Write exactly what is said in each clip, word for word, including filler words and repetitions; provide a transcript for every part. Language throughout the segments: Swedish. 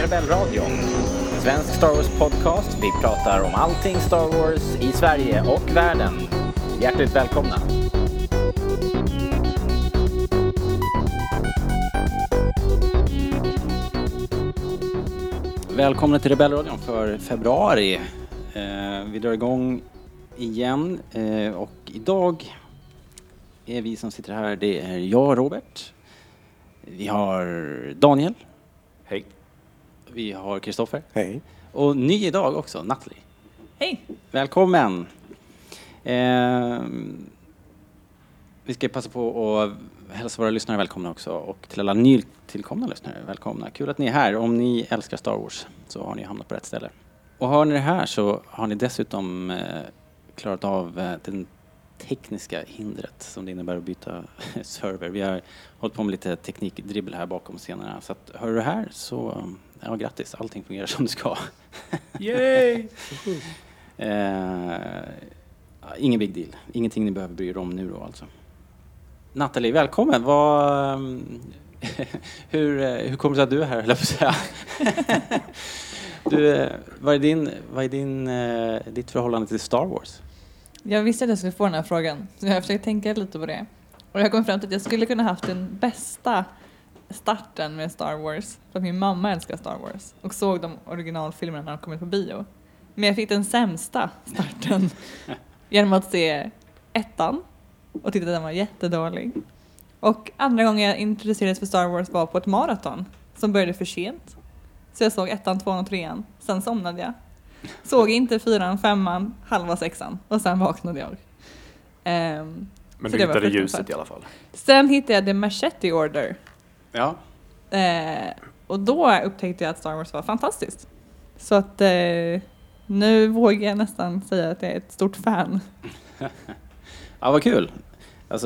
Rebellradion. Svensk Star Wars podcast. Vi pratar om allting Star Wars i Sverige och världen. Hjärtligt välkomna. Välkomna till Rebellradion för februari. Eh, vi drar igång igen eh, och idag är vi som sitter här, det är jag, Robert. Vi har Daniel. Hej. Vi har Kristoffer. Hej. Och ny idag också, Natalie. Hej. Välkommen. Eh, vi ska passa på att hälsa våra lyssnare välkomna också. Och till alla nytillkomna lyssnare, välkomna. Kul att ni är här. Om ni älskar Star Wars så har ni hamnat på rätt ställe. Och hör ni det här så har ni dessutom eh, klarat av eh, den tekniska hindret som det innebär att byta server. Vi har hållit på med lite teknikdribbel här bakom scenerna. Så att, hör du det här så, ja, grattis. Allting fungerar som det ska. Yay! eh, ingen big deal. Ingenting ni behöver bry er om nu då alltså. Natalie, välkommen. Vad, hur, hur kommer det sig att du är här, höll jag på att säga? Du, vad är, din, vad är din, ditt förhållande till Star Wars? Jag visste att jag skulle få den här frågan, så jag har försökt tänka lite på det. Och jag kom fram till att jag skulle kunna haft den bästa starten med Star Wars. För att min mamma älskar Star Wars och såg de originalfilmerna när de kom ut på bio. Men jag fick den sämsta starten genom att se ettan och tyckte att den var jättedålig. Och andra gången jag introducerades för Star Wars var på ett maraton som började för sent. Så jag såg ettan, tvåan och trean. Sen somnade jag. Såg inte fyran, femman, halva sexan. Och sen vaknade jag. Um, Men du hittade ljuset i alla fall. Sen hittade jag The Machete Order. Ja. Uh, och då upptäckte jag att Star Wars var fantastiskt. Så att uh, nu vågar jag nästan säga att jag är ett stort fan. Ja, vad kul. Alltså,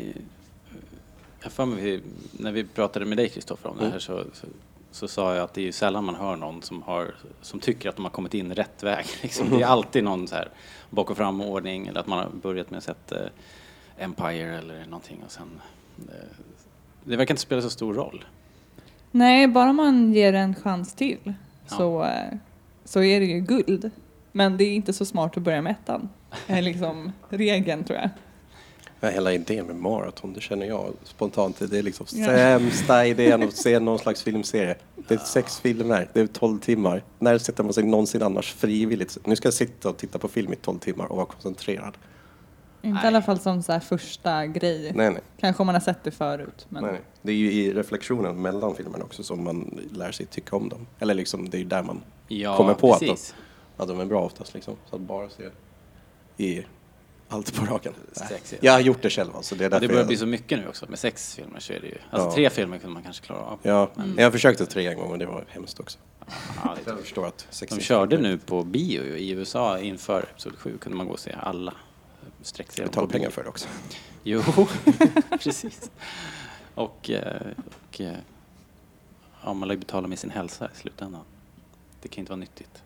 jag får mig, när vi pratade med dig, Kristoffer, om det här så, så, så sa jag att det är ju sällan man hör någon som, har, som tycker att de har kommit in rätt väg. Liksom. Det är alltid någon så här bak- och framordning eller att man har börjat med att sätta uh, Empire eller någonting och sen... Uh, det verkar inte spela så stor roll. Nej, bara man ger en chans till Ja. så, uh, så är det ju guld. Men det är inte så smart att börja med ettan. Det är liksom regeln, tror jag. Ja, hela idén med maraton, det känner jag spontant. Det är liksom sämsta idén att se någon slags filmserie. Det är sex filmer, det är tolv timmar. När sätter man sig någonsin annars frivilligt? Nu ska jag sitta och titta på film i tolv timmar och vara koncentrerad. Inte Nej. i alla fall som så här första grej. Nej, nej. Kanske om man har sett det förut. Men... nej, nej. Det är ju i reflektionen mellan filmerna också som man lär sig tycka om dem. Eller liksom, det är ju där man Ja, kommer på att de, precis. att de är bra oftast. Liksom. Så att bara se i allt på raken. Sex, Jag har gjort det själv. Alltså. Det, är Ja, det börjar jag... bli så mycket nu också. Med sex filmer så är det ju... Alltså Ja. tre filmer kunde man kanske klara av. Ja, Men, jag har försökt det tre gånger och det var hemskt också. ja, det Jag förstår att sex de körde nu på bio i U S A inför episod sju kunde man gå och se alla sträckserier. betala pengar för det också. Jo, precis. Och, eh, och eh, ja, man lär betala med sin hälsa i slutändan. Det kan inte vara nyttigt.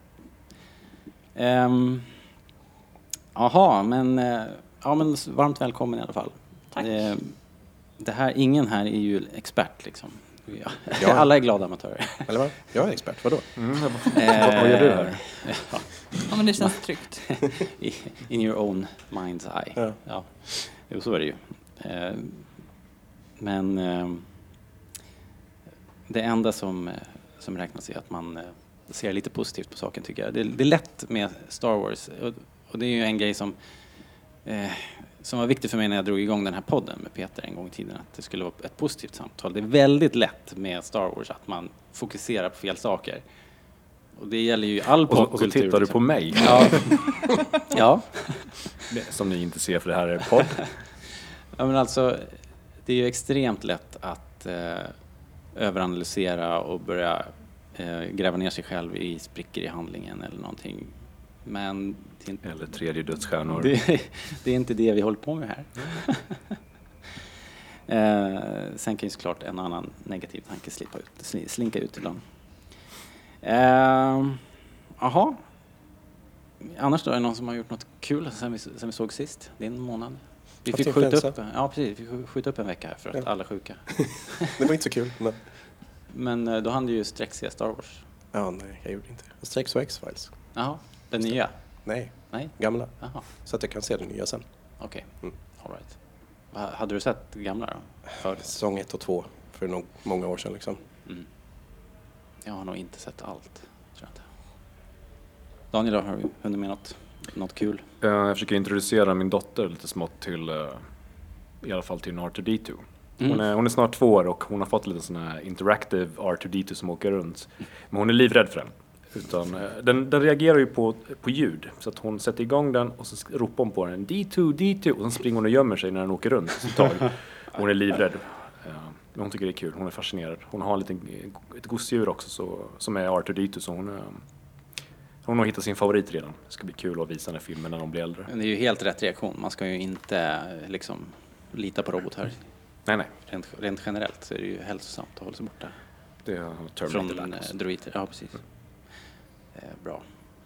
Jaha, um, men, uh, ja, men varmt välkommen i alla fall. Tack. Uh, det här, ingen här är ju expert liksom. Ja. Ja. Alla är glada amatörer. Eller vad? Jag är expert, vadå? Mm, vad, vad gör du här? Ja. Ja, men det känns tryggt. In your own mind's eye. Ja. Ja. Jo, så är det ju. Eh, men eh, det enda som, eh, som räknas är att man eh, ser lite positivt på saken, tycker jag. Det, det är lätt med Star Wars. Och, och det är ju en grej som, eh, som var viktig för mig när jag drog igång den här podden med Peter en gång i tiden. Att det skulle vara ett positivt samtal. Det är väldigt lätt med Star Wars att man fokuserar på fel saker. Och det gäller ju all Och så, popkultur. och så tittar du på mig. Ja. Ja. Som ni inte ser för det här är podd. Ja, men alltså, det är ju extremt lätt att eh, överanalysera och börja eh, gräva ner sig själv i sprickor i handlingen eller någonting. Men det är inte, Eller tredje dödsstjärnor. det, det är inte det vi håller på med här. eh, sen kan ju såklart en annan negativ tanke slippa ut, sl- slinka ut ibland. Jaha. Eh, Annars då, är det någon som har gjort något kul sen vi, sen vi såg sist? Det är en månad. Vi fick skjuta upp, ja, precis, vi fick skjuta upp en vecka här för att Ja. alla är sjuka. Det var inte så kul. Men... Men då hann du ju sträck se Star Wars. Ja, nej, jag gjorde inte det. Jag sträcks och X-Files. Jaha, den nya? Nej, Nej? gamla. Jaha, Så att jag kan se den nya sen. okej. Mm. All right. Va- Hade du sett gamla då? För? Säsong ett och två för nog många år sedan liksom. Mm. Jag har nog inte sett allt, tror jag inte. Daniel, har du hunnit med något, något kul? Eh, Jag försöker introducera min dotter lite smått till, eh, i alla fall till en R two D two. Hon, Mm. är, hon är snart två år och hon har fått lite sån här interactive R two D two som åker runt. Men hon är livrädd för den. Utan, eh, den, den reagerar ju på, på ljud. Så att hon sätter igång den och så sk- ropar hon på den D two, D two. Och så springer hon och gömmer sig när den åker runt ett tag. Hon är livrädd. Eh, Men hon tycker det är kul, hon är fascinerad. Hon har en liten, ett gosedjur också så, som är R two D two. Så hon, eh, hon har hittat sin favorit redan. Det ska bli kul att visa den här filmen när de blir äldre. Det är ju helt rätt reaktion. Man ska ju inte eh, liksom lita på robotar. Nej, nej. Rent, rent generellt så är det ju hälsosamt att hålla sig borta Det är från Terminator eh, Lax. droider. Ja, precis. Eh, bra.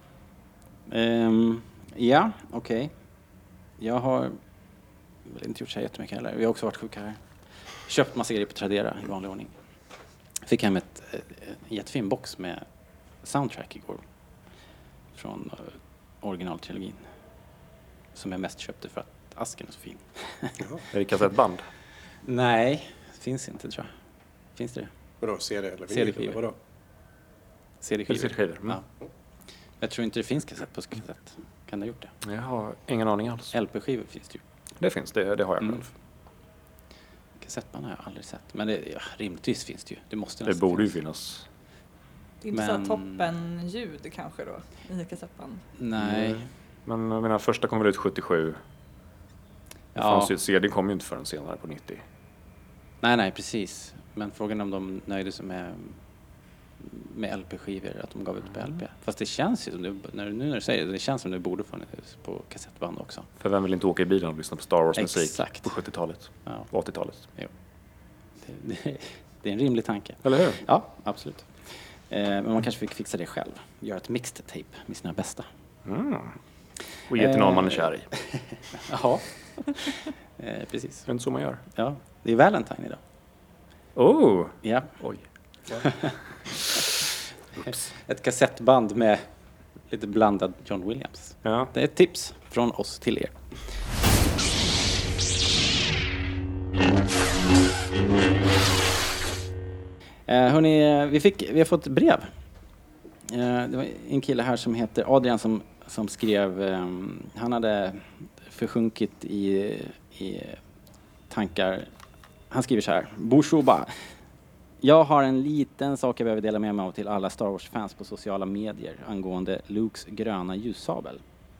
Ehm, ja, okej. Jag har väl inte gjort så här jättemycket heller. Vi har också varit sjuka här. Köpt massa grejer på Tradera i vanlig ordning. Fick hem ett, ett, en jättefin box med soundtrack igår. Från uh, originaltrilogin. Som jag mest köpte för att asken är så fin. Är det kassettband? Nej, finns inte tror jag. Finns det? Vadå, C D eller C D-skivor. vinyl, eller vadå? C D-skivor. Eller C D-skivor, mm. Ja. Jag tror inte det finns kassett på kassett. Kan det ha gjort det? Jag har ingen aning alls. L P-skivor finns det ju. Det finns, det, det har jag Mm. själv. Kassettband har jag aldrig sett. Men det, ja, rimligtvis finns det ju. Det måste Det nästan borde ju finnas. finnas. Det är inte Men- så toppen-ljud kanske då i kassettband. Nej. Mm. Men jag menar, första kom väl ut sjuttiosju. Det Ja. fanns ju, C D kom ju inte förrän senare på nittio. Nej, nej, precis. Men frågan är om de nöjde sig med, med L P-skivor, att de gav ut på L P. Fast det känns ju som, det, när, nu när du säger det, det känns som det borde funnits på kassettband också. För vem vill inte åka i bilen och lyssna på Star Wars-musik Exakt. på sjuttiotalet Ja, och åttiotalet? det, det, det är en rimlig tanke. Eller hur? Ja, absolut. Eh, men man kanske fick fixa det själv. Göra ett mixed tape med sina bästa. Mm. Och ge till någon man är kär i. Jaha. eh, precis. Det är inte så man gör. Ja, det är Valentine idag. Oh! Ja. Oj. Ett kassettband med lite blandad John Williams. Ja. Det är ett tips från oss till er. Eh, hörni, vi, fick, vi har fått brev. Eh, det var en kille här som heter Adrian som, som skrev, eh, han hade försjunkit i, i tankar. Han skriver så här: Boshoba. Jag har en liten sak jag behöver dela med mig av till alla Star Wars-fans på sociala medier angående Lukes gröna ljussabel.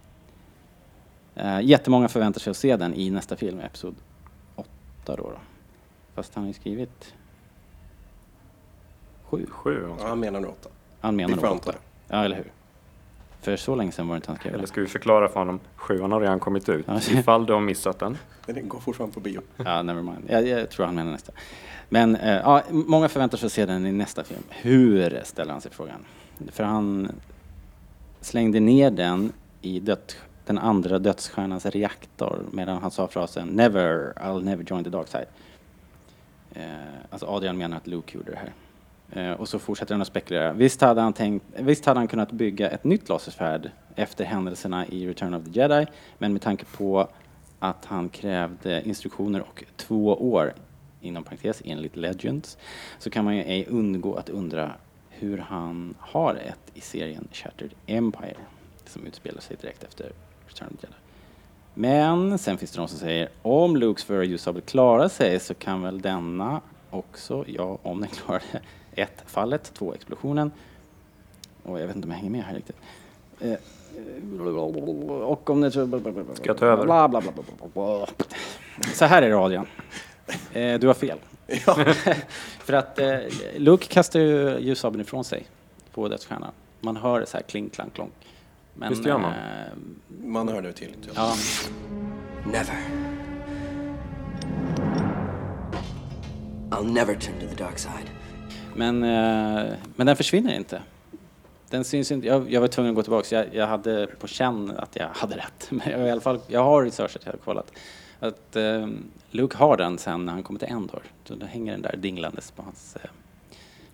Uh, jättemånga förväntar sig att se den i nästa film, episod åtta då. då. Fast han har ju skrivit sju. Sju. Ja, han menar nu åtta. Han menar Vi nog får anta åtta. det. Ja, eller hur? För så länge sedan var det inte han skrev Eller det. ska vi förklara för honom? Sjuan har redan kommit ut. Ja. Ifall du har missat den. Men den går fortfarande på bio. Ja, never mind. Jag, jag tror han menar nästa. Men eh, ja, många förväntar sig att se den i nästa film. Hur, ställer han sig frågan. För han slängde ner den i död, den andra dödsstjärnans reaktor medan han sa frasen Never, I'll never join the dark side. Eh, alltså Adrian menar att Luke gjorde det här. Eh, och så fortsätter han att spekulera. Visst hade, han tänkt, visst hade han kunnat bygga ett nytt lasersvärd efter händelserna i Return of the Jedi, men med tanke på att han krävde instruktioner och två år, inom parentes, enligt Legends, så kan man ju ej undgå att undra hur han har ett i serien Shattered Empire, som utspelar sig direkt efter Return of the Jedi. Men sen finns det någon som säger, om Lukes förra ljussabel klarar sig så kan väl denna också, ja, om den klarar det, ett, fallet, två, explosionen, och jag vet inte om jag hänger med här riktigt. Eh, och om det... Ska jag ta över? Bla, bla, bla, bla, bla, bla. Så här är det, Adrian. Eh, du har fel. Ja. För att eh, Luke kastar ju ljussabeln ifrån sig på dödsstjärnan. Man hör det så här kling, klang, klonk. Men, Visst gör man? Eh, Man hör det tydligt. ja. Never. I'll never turn to the dark side. Men, eh, men den försvinner inte. Den syns inte. Jag, jag var tvungen att gå tillbaka. Så jag, jag hade på känn att jag hade rätt. Men jag, i alla fall, jag har researchat, jag har kollat. Att eh, Luke har den sen när han kommer till Endor. Så då hänger den där dinglandes på hans, eh,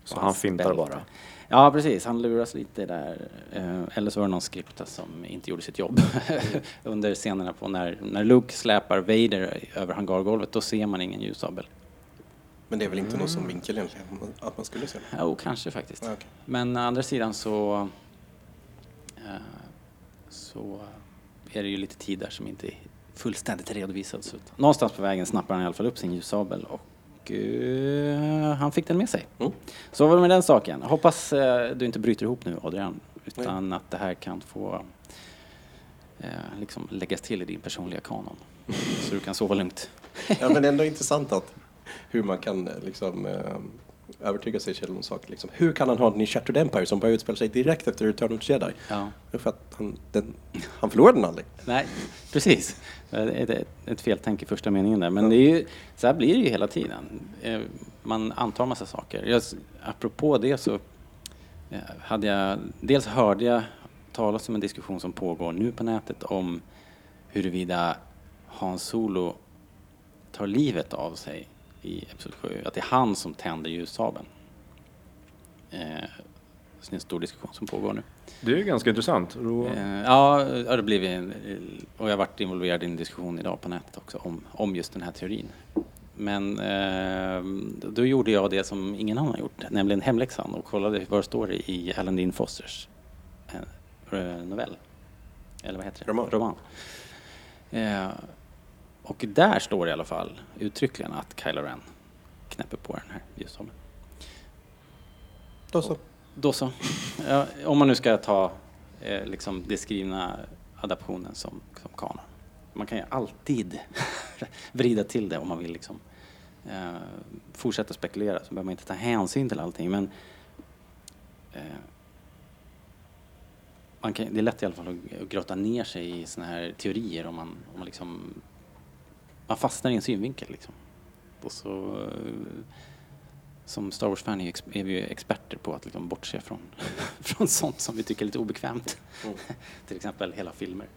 Så på han hans fintar bälte. bara. Ja, precis. Han luras lite där. Eh, Eller så var det någon skripta som inte gjorde sitt jobb. Under scenerna på när, när Luke släpar Vader över hangargolvet, då ser man ingen ljussabel. Men det är väl inte någon sån vinkel egentligen, att man skulle se det? Jo, kanske faktiskt. Ja, okej. Men å andra sidan så, eh, så är det ju lite tid där som inte är fullständigt redovisad. Så någonstans på vägen snappar han i alla fall upp sin ljussabel och eh, han fick den med sig. Mm. Så var det med den saken. Hoppas eh, du inte bryter ihop nu, Adrian, utan att det här kan få eh, liksom läggas till i din personliga kanon. Så du kan sova lugnt. Ja, men det är ändå intressant att hur man kan eh, liksom eh, övertyga sig själv om saker. Liksom. Hur kan han ha den i Shattered Empire som börjar utspela sig direkt efter Return of the Jedi? Ja. För att han, den, han förlorade den aldrig. Nej, precis. Det är ett, ett feltänk i första meningen där. Men det är ju, så här blir det ju hela tiden. Eh, Man antar massa saker. Jag, apropå det så eh, hade jag, dels hörde jag talas om en diskussion som pågår nu på nätet om huruvida Han Solo tar livet av sig i Episod sju. Att det är han som tänder ljussabeln. Eh, så det är en stor diskussion som pågår nu. Det är ju ganska intressant. Då... Eh, ja, ja, det blev en, och jag har varit involverad i en diskussion idag på nätet också om, om just den här teorin. Men eh, då gjorde jag det som ingen annan har gjort, nämligen hemläxan och kollade vad det står i Alan Dean Fosters eh, novell. Eller vad heter det? Roman. Roman. Eh, och där står det i alla fall uttryckligen att Kylo Ren knäpper på den här ljussabeln. Då så. Då så. Ja, om man nu ska ta eh, liksom det skrivna adaptionen som, som kanon. Man kan ju alltid vrida till det om man vill liksom, eh, fortsätta spekulera. Så behöver man inte ta hänsyn till allting. Men eh, man kan, det är lätt i alla fall att, att grotta ner sig i såna här teorier om man, om man liksom man fastnar i en synvinkel liksom. Och så eh, som Star Wars-fan är, är vi ju experter på att liksom bortse från, från sånt som vi tycker är lite obekvämt. Mm. Till exempel hela filmer.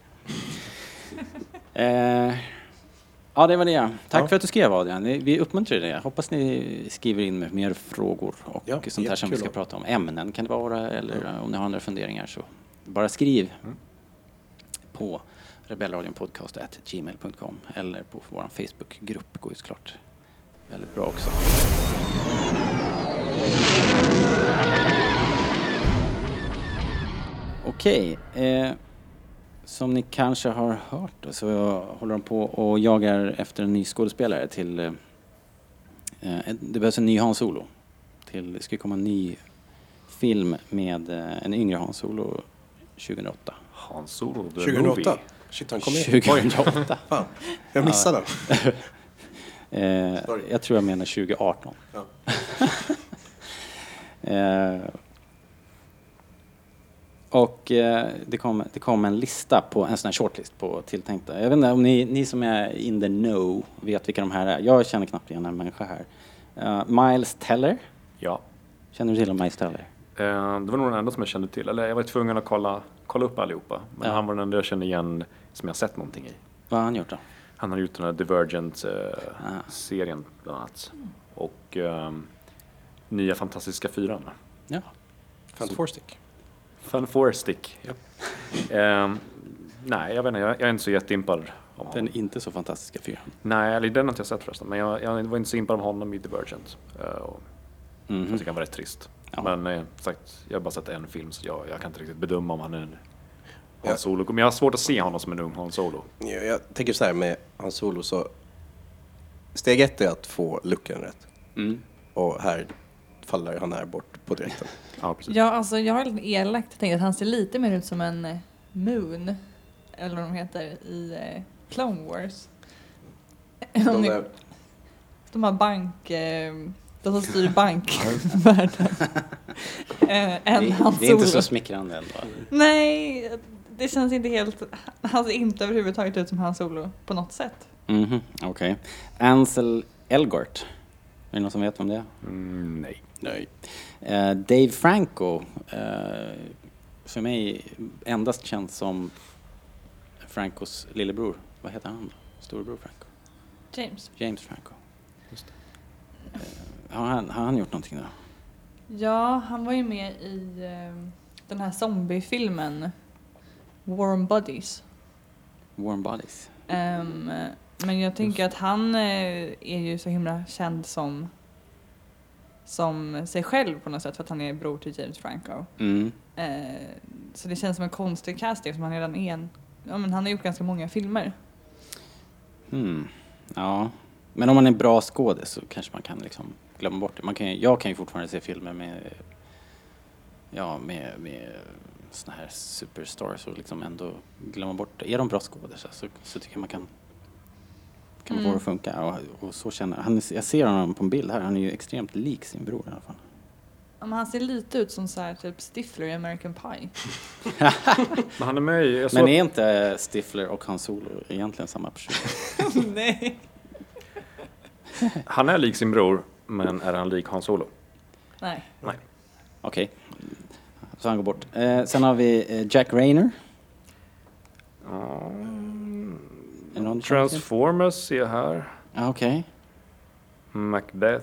eh, ja, det var det. Tack ja. för att du skrev, Adrian. Vi uppmuntrar det. Hoppas ni skriver in med mer frågor och ja, sånt här som vi ska då. prata om. Ämnen kan det vara, eller ja. om ni har andra funderingar så bara skriv mm. på rebellradionpodcast at gmail punkt com eller på vår Facebookgrupp. Går ju såklart väldigt bra också. Okej, eh, som ni kanske har hört då, så håller de på och jagar efter en ny skådespelare till eh, det behövs en ny Han Solo. Till, det ska komma en ny film med eh, en yngre Han Solo tjugohundraåtta. Han Solo, the tjugohundraåtta? movie. Shit, han kom in. tjugohundraåtta. Fan, jag missade den. eh, jag tror jag menar tjugoarton. Ja. eh, Och eh, det, kom, det kom en lista på en sån här shortlist på tilltänkta. Jag vet inte om ni, ni som är in the know vet vilka de här är. Jag känner knappt igen en människa här. Uh, Miles Teller. Ja. Känner du till om Miles Teller? Eh, det var nog den enda som jag kände till. Eller jag var tvungen att kolla, kolla upp allihopa. Men Ja. han var den enda jag kände igen som jag sett någonting i. Vad har han gjort då? Han har gjort den här Divergent-serien eh, bland annat. Och eh, nya Fantastiska Fyran. Ja. Fantastic. Fun Four Stick. Yep. eh, nej, jag vet inte. Jag, jag är inte så jätteimpad av honom. Den inte så fantastiska fyran. Nej, eller den har inte jag sett förresten. Men jag, jag var inte så impad av honom i Divergent. Uh, och Mm-hmm. Jag tycker han var rätt trist. Ja. Men eh, sagt, jag har bara sett en film så jag, jag kan inte riktigt bedöma om han är en Han Ja. Solo. Men jag har svårt att se honom som en ung Han Solo. Jag, jag tänker så här med Han Solo så steg ett är att få looken rätt. Mm. Och här faller han här bort på direkten. Ja, precis. Ja, alltså jag har lite elakt tänkt att han ser lite mer ut som en eh, Moon, eller vad de heter, i eh, Clone Wars. De, Om ni- där, de har bank, eh, de som styr bankvärlden. eh, en Det, Han det är inte Solo. så smickrande ändå. Nej, det känns inte helt, han ser inte överhuvudtaget ut som Han Solo på något sätt. Mhm, okej. Ansel Elgort. Är det någon som vet om det är? Mm, nej. Nej. Eh, Dave Franco, eh, för mig endast känd som Francos lillebror. Vad heter han då? Storebror Franco? James. James Franco. Just det. Eh, har, han, har han gjort någonting då? Ja, han var ju med i eh, den här zombiefilmen Warm Bodies. Warm Bodies. Um, men jag tänker att han eh, är ju så himla känd som som sig själv på något sätt för att han är bror till James Franco. Mm. Eh, så det känns som en konstig casting som han redan är en, ja, men han har gjort ganska många filmer. Mm. Ja. Men om man är bra skådis så kanske man kan liksom glömma bort det. Man kan, jag kan ju fortfarande se filmer med ja, med, med såna här superstars och liksom ändå glömma bort det. Är de bra skådisar så, så tycker jag man kan kan man få det att funka. Och, och så känner han, jag ser honom på en bild här, han är ju extremt lik sin bror i alla fall. Ja, men han ser lite ut som så här, typ Stifler i American Pie. Men han är med i... jag såg Men att- är inte Stifler och Han Solo egentligen samma person? Nej. Han är lik sin bror, men är han lik Han Solo? Nej. Nej. Okej, så han går bort. Eh, sen har vi eh, Jack Rayner. Är någon Transformers ser jag här. Ja, okej. Macbeth.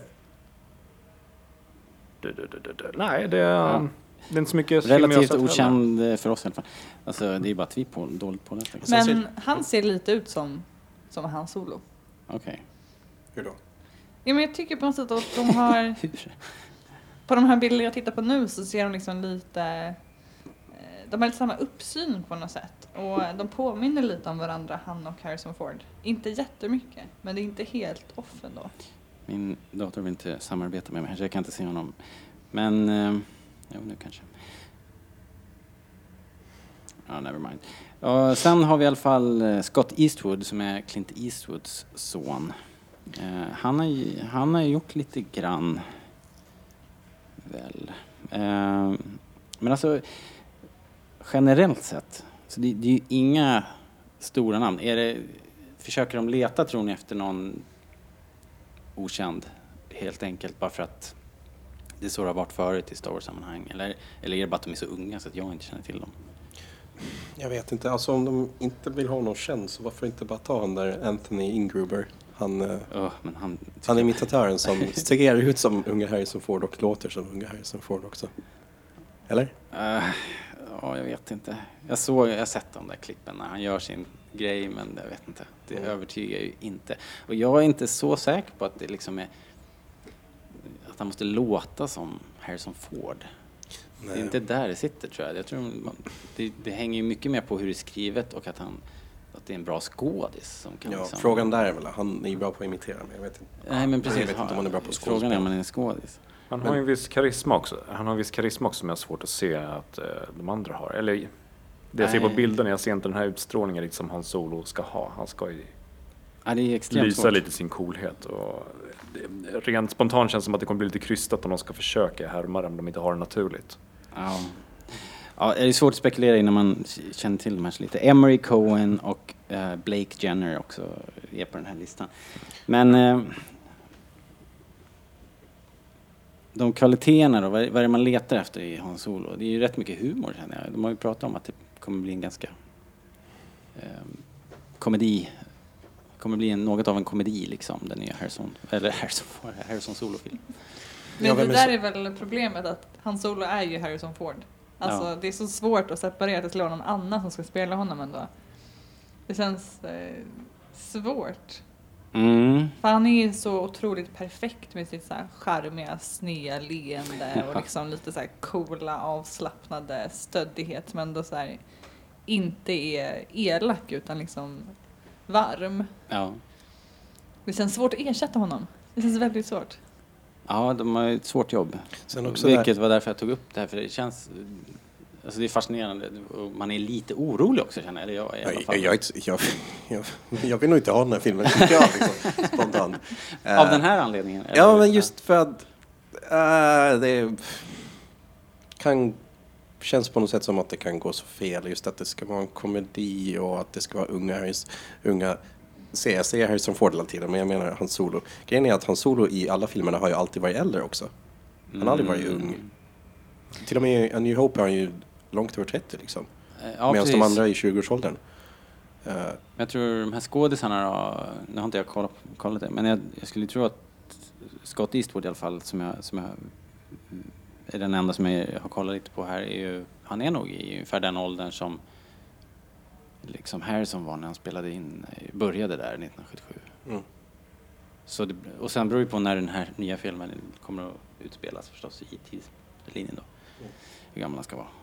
Du, du, du, du, du. Nej, det är, Ja. det är inte så mycket film jag har Relativt sett heller. okänd eh, för oss i alla fall. Alltså, det är bara att vi är på, dåligt på det. Men han ser lite ut som, som Han Solo. Okej. Hur då? Ja, men jag tycker på något sätt att de har... Hur? På de här bilderna jag tittar på nu så ser de liksom lite... eh, De har lite samma uppsyn på något sätt. Och de påminner lite om varandra, han och Harrison Ford. Inte jättemycket, men det är inte helt off ändå. Min dator vill inte samarbeta med mig här så jag kan inte se honom. Men, eh, jo nu kanske. Ja, never mind. Och sen har vi i alla fall eh, Scott Eastwood som är Clint Eastwoods son. Eh, han, har ju, han har ju gjort lite grann väl. Eh, men alltså generellt sett så det, det är ju inga stora namn. Är det, försöker de leta tror ni efter någon okänd helt enkelt bara för att det är så det har varit förut i Star Wars-sammanhang eller, eller är det bara att de är så unga så att jag inte känner till dem? Jag vet inte, alltså om de inte vill ha någon känd så varför inte bara ta han där Anthony Ingruber. Han, eh, Oh, men han, han är imitatören som ser ut som unga Harrison Ford och låter som unga Harrison Ford också. Eller? Uh, ja, jag vet inte. Jag såg, jag har sett de där klippen när han gör sin grej men jag vet inte. Det Mm. övertygar ju inte. Och jag är inte så säker på att det liksom är att han måste låta som Harrison Ford. Det är inte där det sitter tror jag. Jag tror man, det, det hänger ju mycket mer på hur det är skrivet och att han att det är en bra skådis som kan Ja, liksom... frågan där är väl, han är ju bra på att imitera men jag vet inte. Nej men precis. Jag vet inte om han är bra på skådespel. Frågan är om han är en skådis. Han har ju en viss karisma också. Han har en viss karisma också som jag har svårt att se att eh, de andra har. Eller det jag ser på Nej. bilden, jag ser inte den här utstrålningen riktigt som Han Solo ska ha. Han ska ju Ja, det är extremt lysa svårt. lite sin coolhet. Och det, rent spontant känns det som att det kommer bli lite krystat om de ska försöka härma det om de inte har det naturligt. Ja. Ja, det är svårt att spekulera innan man känner till de här så lite. Emery Cohen och eh, Blake Jenner också är på den här listan. Men eh, de kvaliteterna då, vad är, vad är det man letar efter i Han Solo? Det är ju rätt mycket humor känner jag. De har ju pratat om att det kommer bli en ganska eh, komedi, kommer bli en, något av en komedi liksom, den nya Harrison, eller Harrison, Harrison Solo-film. Men Ja, det vem är där så- är väl problemet att Han Solo är ju Harrison Ford. Alltså Ja. det är så svårt att separera att det skulle vara någon annan som ska spela honom ändå. Det känns eh, svårt. Mm. För han är ju så otroligt perfekt med sitt så här charmiga, snea leende och Ja. liksom lite så här coola, avslappnade stöddighet men ändå så här inte är elak utan liksom varm. Ja. Det känns svårt att ersätta honom. Det känns väldigt svårt. Ja, de har ett svårt jobb. Sen också Vilket där, var därför jag tog upp det här, för det känns... Alltså det är fascinerande. Och man är lite orolig också, känner jag. Eller jag i alla jag, fall. jag, jag, är inte- jag, jag, jag vill nog inte ha den här filmen, tycker jag, liksom, spontant. Av Eh, den här anledningen? eller? Ja, men just för att äh, det kan känns på något sätt som att det kan gå så fel. Just att det ska vara en komedi och att det ska vara unga, Harris- unga se, jag säger Harrison Ford hela tiden, men jag menar Han Solo. Grejen är att Han Solo i alla filmerna har ju alltid varit äldre också. Han har aldrig varit Mm. ung. Till och med i A New Hope är han ju långt över trettio liksom. Eh, Ja, Medan precis. de andra är i tjugoårsåldern. Uh, Men jag tror de här skådisarna då, nu har inte jag kollat, kollat det, men jag, jag skulle tro att Scott Eastwood i alla fall, som jag, som jag är den enda som jag har kollat lite på här är ju, han är nog i ungefär den åldern som liksom Harrison var när han spelade in, började där nittonhundrasjuttiosju. Mm. Så det, och sen beror det på när den här nya filmen kommer att utspelas förstås i tidslinjen då. Mm. Hur gammal han ska vara.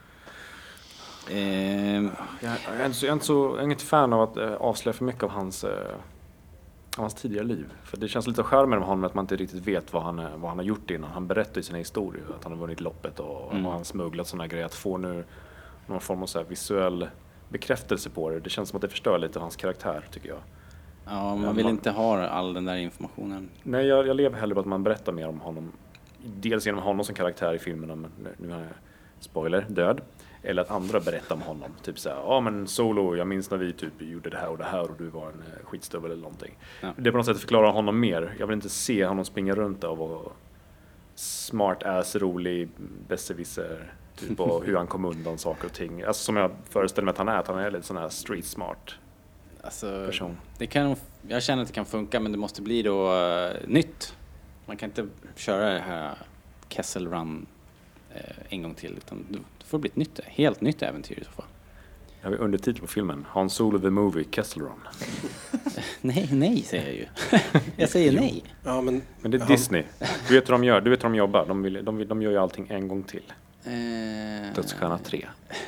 Eh, jag, jag, är inte så, jag är inte så, jag är inget fan av att äh, avslöja för mycket av hans, äh, av hans tidigare liv. För det känns lite charmigt med honom att man inte riktigt vet vad han, vad han har gjort innan. Han berättar i sina historier att han har vunnit loppet och, mm. och han smugglat sådana grejer. Att få nu någon form av så här visuell bekräftelse på det. Det känns som att det förstör lite av hans karaktär, tycker jag. Ja, man vill man, inte ha all den där informationen. Nej, jag, jag lever hellre på att man berättar mer om honom. Dels genom honom som karaktär i filmerna, men nu, nu är jag, spoiler, död. Eller att andra berättar om honom. Typ såhär, ja men Solo, jag minns när vi typ gjorde det här och det här och du var en skitstövel eller någonting. Ja. Det är på något sätt förklara honom mer. Jag vill inte se honom springa runt och vara smart ass, rolig, besserwisser. Typ och hur han kom undan saker och ting. Alltså som jag föreställer mig att han är, att han är lite sån här street smart alltså, person. Det kan, jag känner att det kan funka, men det måste bli då uh, nytt. Man kan inte köra det här Kessel Run uh, en gång till, utan det får bli ett nytt, helt nytt äventyr i så fall. Jag har undertitel på filmen, Han Solo the Movie, Kessel Run. nej, nej säger jag ju. jag säger nej. Ja, men, men det är Disney. Du vet hur de gör, du vet hur de jobbar. De, vill, de, vill, de gör ju allting en gång till. Eh... Dödsstjärna tre.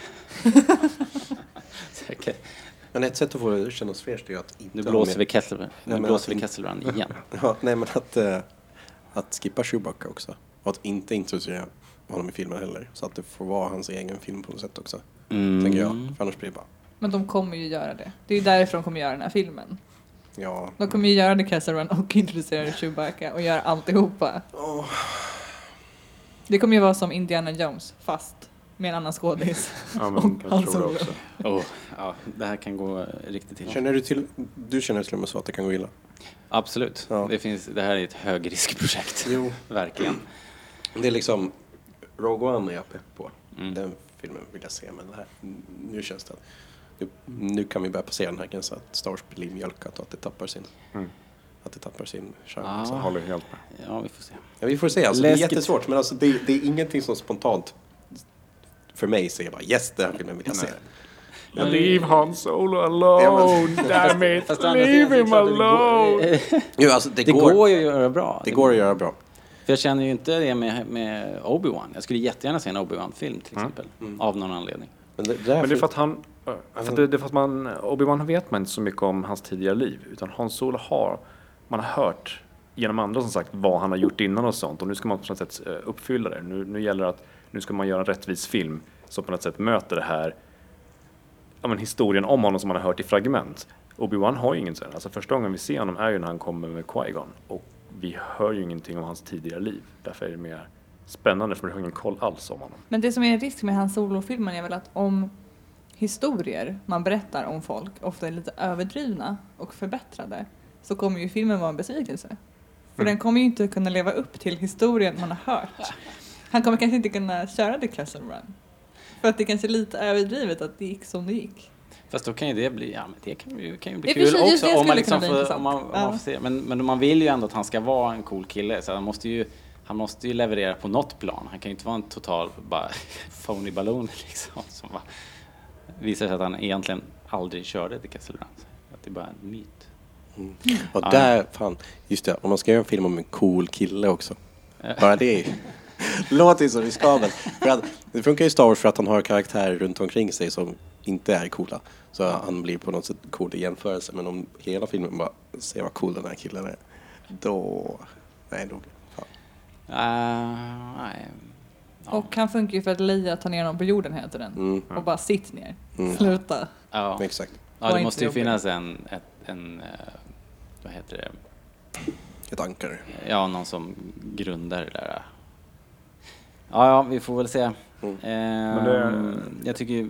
Säkert. Men ett sätt att få det kännas fräscht är ju att inte... Nu blåser vi Kessel, nu nej, blåser att, vi Kessel Run igen. ja, nej, men att, äh, att skippa Chewbacca också. Och att inte introducera honom i filmen heller. Så att det får vara hans egen film på något sätt också. Mm. Tänker jag. För annars blir det bara... Men de kommer ju göra det. Det är ju därifrån de kommer göra den här filmen. Ja. De kommer ju göra The Kessel Run och introducera Chewbacca och göra alltihopa. Oh. Det kommer ju vara som Indiana Jones, fast med en annan skådis. Ja, men jag tror det också. Oh, ja, det här kan gå riktigt illa. Känner du till, du känner till och med så att det kan gå illa? Absolut. Ja. Det, finns, det här är ett högriskprojekt. Jo. Verkligen. Det är liksom, Rogue One är jag pepp på. Mm. Den filmen vill jag se, men det här, nu känns det nu, nu kan vi börja passera den här gränsen att Star Wars blir mjölkat och att det tappar sin... Mm. Att det tappar sin charm. Ah. Så håller helt med. Ja, vi får se. Ja, vi får se. Alltså, det är jättesvårt, men alltså, det, det är ingenting som spontant för mig säger bara yes, den här filmen vill jag se. Men, leave Han Solo alone, ja, men, damn it, fast, fast leave him alone. Jo, alltså, det, det går, går ju att göra bra. Det går att göra bra. För jag känner ju inte det med, med Obi-Wan. Jag skulle jättegärna se en Obi-Wan-film till exempel. Mm. Av någon anledning. Men det, det men det är för att han... För det, det är för att man... Obi-Wan vet man inte så mycket om hans tidigare liv. Utan Han Solo har... Man har hört genom andra som sagt vad han har gjort innan och sånt. Och nu ska man på något sätt uppfylla det. Nu, nu gäller det att... Nu ska man göra en rättvis film som på något sätt möter det här... Ja, men historien om honom som man har hört i fragment. Obi-Wan har ju ingen sån. Alltså första gången vi ser honom är ju när han kommer med Qui-Gon. Och vi hör ju ingenting om hans tidigare liv. Därför är det mer spännande, för vi har ingen koll alls om honom. Men det som är en risk med hans solofilmen är väl att om historier man berättar om folk ofta är lite överdrivna och förbättrade, så kommer ju filmen vara en besvikelse. För mm. den kommer ju inte kunna leva upp till historien man har hört. Han kommer kanske inte kunna köra The Kessel Run. För att det kanske är lite överdrivet att det gick som det gick. Fast då kan ju det bli, ja men det kan ju, kan ju bli kul precis, också om man liksom får, om man, om man får se. Men, men man vill ju ändå att han ska vara en cool kille, så han måste ju, han måste ju leverera på något plan. Han kan ju inte vara en total bara phony balloon liksom, som bara visar sig att han egentligen aldrig körde till Kessel Run. Att det är bara en myt. Mm. Och ja. där, fan, just det, om man ska göra en film om en cool kille också. Bara det låter ju så riskabelt. För att, det funkar ju Star Wars för att han har karaktärer runt omkring sig som inte är coola. Så ja. han blir på något sätt cool i jämförelse. Men om hela filmen bara ser vad cool den här killen är, då... Nej, då... Fan. Uh, nej. Ja. Och han funkar ju för att Leia tar ner honom på jorden, heter den. Mm. Och bara sitt ner. Mm. Sluta. Ja, exakt. Ja, det måste ju finnas en... Ett, en uh, vad heter det? Ett ankare. Ja, någon som grundar det där. Ja, ja, vi får väl se. Mm. Eh, det... Jag tycker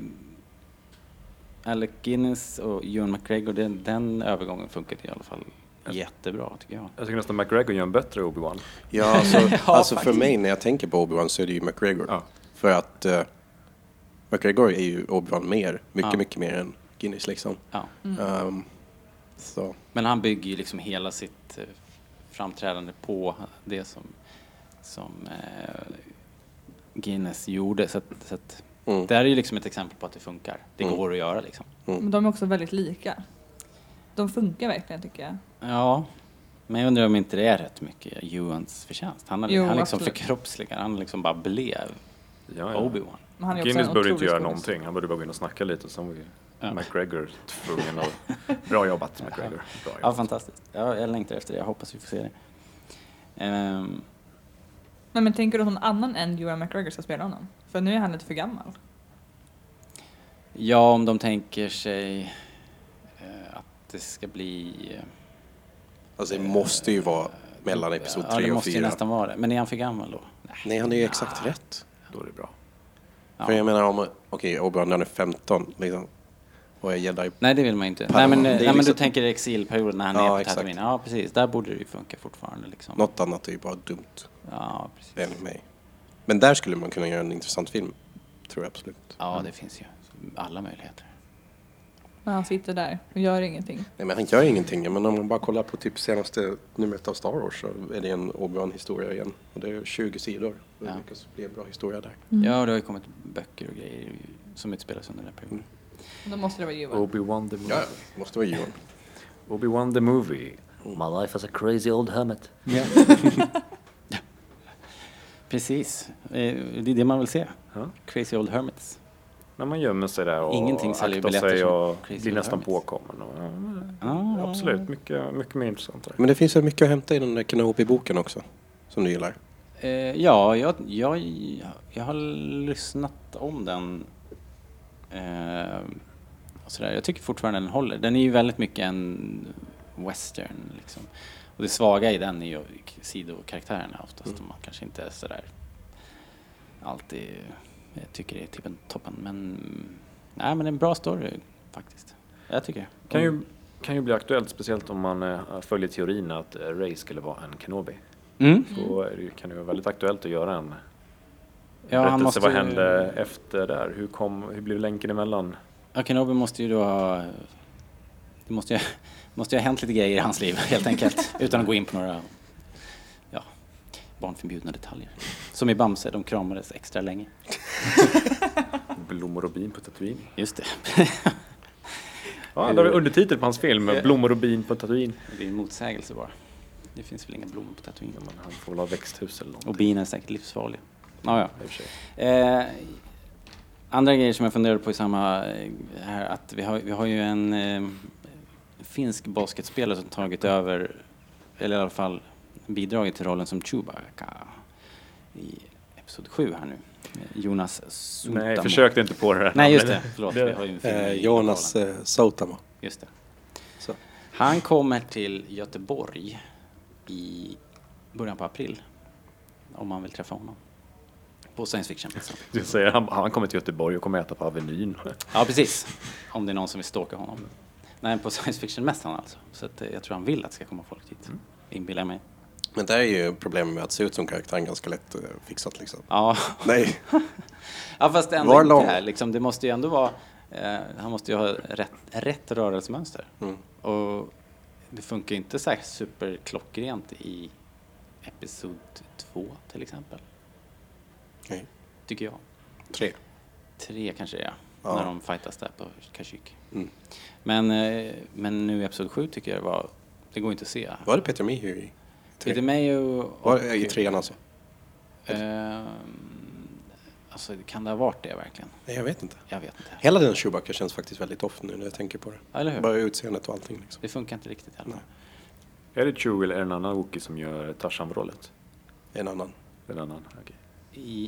Alec Guinness och Ewan McGregor, den, den övergången funkar i alla fall jättebra, tycker jag. Jag tycker nästan McGregor gör en bättre Obi-Wan. Ja, alltså, ja, alltså för mig när jag tänker på Obi-Wan så är det ju McGregor. Ja. För att uh, McGregor är ju Obi-Wan mer, mycket, ja. mycket mer än Guinness liksom. Ja. Mm. Um, så. Men han bygger ju liksom hela sitt uh, framträdande på det som, som uh, Guinness gjorde. Så att, så att Mm. det här är ju liksom ett exempel på att det funkar. Det Mm. går att göra liksom. Men de är också väldigt lika. De funkar verkligen tycker jag. Ja, men jag undrar om inte det är rätt mycket Ewans förtjänst. Han, har, Jo, han liksom absolut. förkroppsligar, han liksom bara blev Ja, ja. Obi-Wan. Men han är också Guinness en började inte otrolig göra skådis. någonting. Han började bara gå in och snacka lite. Och sen var ju Ja. McGregor tvungen att... Bra jobbat, McGregor. Bra Ja, jobbat. fantastiskt. Ja, jag längtar efter det. Jag hoppas vi får se det. Ehm, Men, men tänker du att någon annan än Ewan McGregor ska spela honom? För nu är han lite för gammal. ja, om de tänker sig eh, att det ska bli... Eh, Alltså det måste ju vara mellan episod ja, det tre och måste ju fyra. nästan vara det. Men är han för gammal då? Nej. Nej, han är ju exakt rätt. Då är det bra. Ja. För jag menar om, okej, Obi-Wan han är femton liksom. Och är jedi. Nej, det vill man ju inte. Padawan, Nej, men, det är nej, men liksom- du tänker exilperioden när han Ja, är på exakt. Tatooine. Ja, precis. Där borde det ju funka fortfarande. Liksom. Något annat är ju bara dumt, Ja, precis. enligt mig. Men där skulle man kunna göra en intressant film. Tror jag absolut. Ja, det finns ju alla möjligheter. Men han sitter där och gör ingenting. Nej, men han gör ingenting. Men om man bara kollar på typ senaste numret av Star Wars så är det en Obi-Wan-historia igen. Och det är tjugo sidor. Det Ja. lyckas bli en bra historia där. Ja, det har ju kommit böcker och grejer som utspelas under den här perioden. Då måste det vara Ewan. Obi-Wan the movie. Ja, det måste vara Ewan. Obi-Wan the movie. My life as a crazy old hermit. Precis. Eh, Det är det man vill se. Ja. Crazy Old Hermits. När man gömmer sig där och Ingenting säljer aktar biljetter sig som och Crazy blir Old nästan Hermits. påkommen. Och, ja, Ah. absolut, mycket, mycket mer intressant där. Men det finns ju mycket att hämta i den där Kenobi-boken också. Som du gillar. Eh, ja, jag, jag, jag har lyssnat om den. Eh, och sådär. Jag tycker fortfarande den håller. Den är ju väldigt mycket en western. Liksom. Och det svaga i den är ju sidokaraktärerna oftast. Mm. Man kanske inte är sådär alltid jag tycker det är typ en toppen. Men, nej, men en bra story faktiskt. Jag tycker det. Kan ju, kan ju bli aktuellt, speciellt om man eh, följer teorin att eh, Rey skulle vara en Kenobi. Mm. Så är det, ju- kan det vara väldigt aktuellt att göra en Ja, han berättelse. måste Vad ju- hände efter där? Hur, kom, hur blev länken emellan? Ja, Kenobi måste ju då ha... Det måste ju, måste ju ha hänt lite grejer i hans liv, helt enkelt. Utan att gå in på några ja, barnförbjudna detaljer. Som i Bamse, de kramades extra länge. Blommor och bin på Tatooine. Just det. Ja, det är undertitel på hans film, Blommor och bin på Tatooine. Det är en motsägelse bara. Det finns väl inga blommor på Tatooine. Ja, men han får väl ha växthus eller något. Och bin är säkert livsfarliga. Ja, ja. I och för sig. Eh, andra grejer som jag funderar på i samma eh, här, att vi har, vi har ju en eh, finsk basketspelare som tagit över, eller i alla fall bidragit till rollen som Chewbacca i episod sju här nu. Jonas Suntamo. Nej, försökte inte på det här. Nej, just det. namnet. Förlåt, Det- vi har ju en film Eh, i Jonas rollen. eh, Sotamo. Just det. Så. Han kommer till Göteborg i början på april. Om man vill träffa honom. På science fiction-mässan. Du säger han, han kommer till Göteborg och kommer äta på Avenyn. Ja, precis. Om det är någon som vill stalka honom. Nej, på science fiction-mässan alltså. Så att, eh, jag tror han vill att det ska komma folk dit. Inbillar jag mig. Men där är ju problemet med att se ut som karaktären ganska lätt eh, fixat liksom. Ja, Nej. ja fast det ändå Var inte lång. är. Liksom, det måste ju ändå vara... Eh, han måste ju ha rätt, rätt rörelsemönster. Mm. Och det funkar ju inte så här superklockrent i episod två till exempel. Nej. Tycker jag. Tre. Tre kanske det är, Ja. när de fightas där på Kashyyyk. Mm. Men, eh, men nu i episod sju tycker jag det var... Det går inte att se. Var det Peter Mayhew i tre? Peter Mayhew och... Var, I trean alltså? Ehm, alltså, kan det ha varit det verkligen? Nej, jag vet inte. Jag vet inte. Hela den Chewbacca känns faktiskt väldigt off nu när jag tänker på det. Ja, eller hur? Bara utseendet och allting liksom. Det funkar inte riktigt heller. Är det Chewie eller är det en annan Wookie som gör Tarzan-rollen? En annan. En annan, okej. I...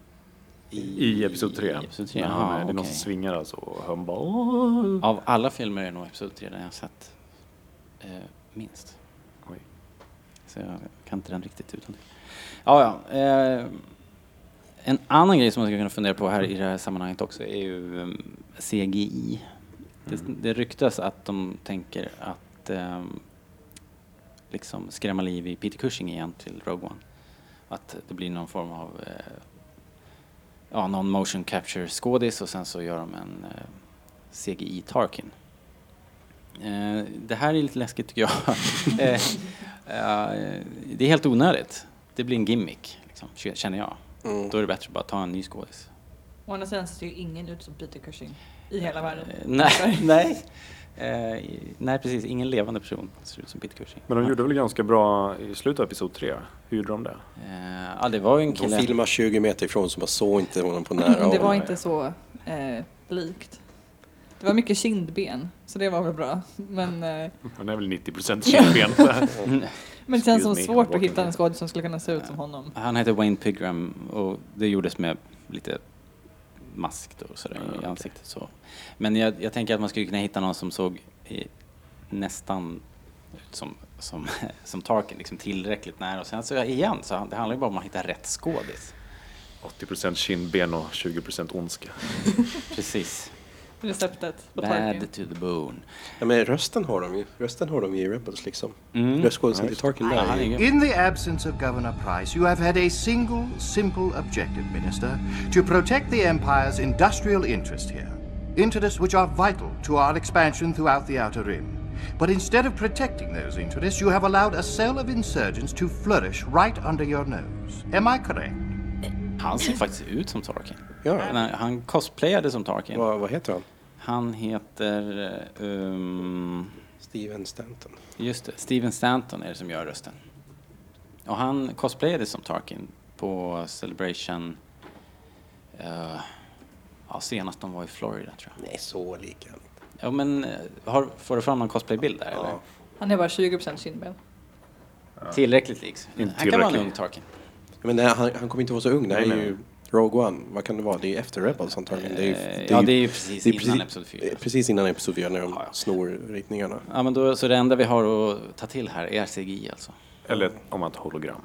I episod tre. I episod tre, När jaha, han är, det är någon okej. som svingar alltså och han bara... "Åh." Av alla filmer är det nog episod tre den jag har sett eh, minst. Oj. Så jag kan inte den riktigt utan det. Ja, ja. Eh, en annan grej som man ska kunna fundera på här i det här sammanhanget också är ju um, C G I. Det, det ryktas att de tänker att um, liksom skrämma liv i Peter Cushing igen till Rogue One. Att det blir någon form av eh, ja, någon motion capture skådis och sen så gör de en eh, C G I Tarkin. Eh, det här är lite läskigt tycker jag. eh, eh, det är helt onödigt. Det blir en gimmick, liksom, känner jag. Mm. Då är det bättre att bara ta en ny skådis. Å andra sidan ser ju ingen ut som Peter Cushing i hela världen. Eh, nej, nej. Eh, nej, precis. Ingen levande person ser ut som Peter Cushing. Men de gjorde väl ganska bra i slutet av episod tre? Hur gjorde de det? Eh, ja, det var ju en De kille. filmar tjugo meter ifrån så man såg inte honom på nära Det håll. var inte så eh, likt. Det var mycket kindben, så det var väl bra. Men, eh, Han är väl nittio procent kindben. men det känns som Excuse me, svårt att walking hitta en here. skådis som skulle kunna se ut som honom. Han heter Wayne Pigram och det gjordes med lite mask då, sådär, Ah, i okej. ansiktet. Så. Men jag, jag tänker att man skulle kunna hitta någon som såg i, nästan ut som, som, som Tarkin, liksom tillräckligt nära. Och sen så igen, så det handlar ju bara om att hitta rätt skådis. åttio procent kindben och tjugo procent ondska. Precis. Receptet på Tarkin. Bad to the bone. Ja, men rösten har de ju. Rösten har de ju i Rebels liksom. Mm. Röstskådisen till Tarkin Ja, han där. är är ju- ju- In the absence of Governor Price, you have had a single, simple objective, Minister, to protect the Empire's industrial interest here. Interests which are vital to our expansion throughout the Outer Rim. But instead of protecting those interests, you have allowed a cell of insurgents to flourish right under your nose. Am I correct? Han ser faktiskt ut som Tarkin. Ja. Han, han cosplayade som Tarkin. Vad, vad heter han? Han heter... Um, Steven Stanton. just det, Steven Stanton är det som gör rösten. Och han cosplayade som Tarkin på Celebration... Uh, ja, senast de var i Florida, tror jag. Nej, så lika han inte. Ja, men eh, har, får du fram någon cosplaybild där, eller? Ja. Han är bara tjugo procent kindben. Tillräckligt liks. Inte Han kan vara en tillräckligt. ung Tarkin. Men nej, han, han kommer inte vara så ung. Det här Nej, är nej. ju Rogue One. Vad kan det vara? Det är ju efter Rebels antagligen. Det är ju, Eh, det är ja, ju- det är ju precis det är innan episod fyra. eh, Precis innan episod fyra när de Ja, ja. snor ritningarna. Ja, men då, så det enda vi har att ta till här är C G I alltså. Eller om man har ett hologram.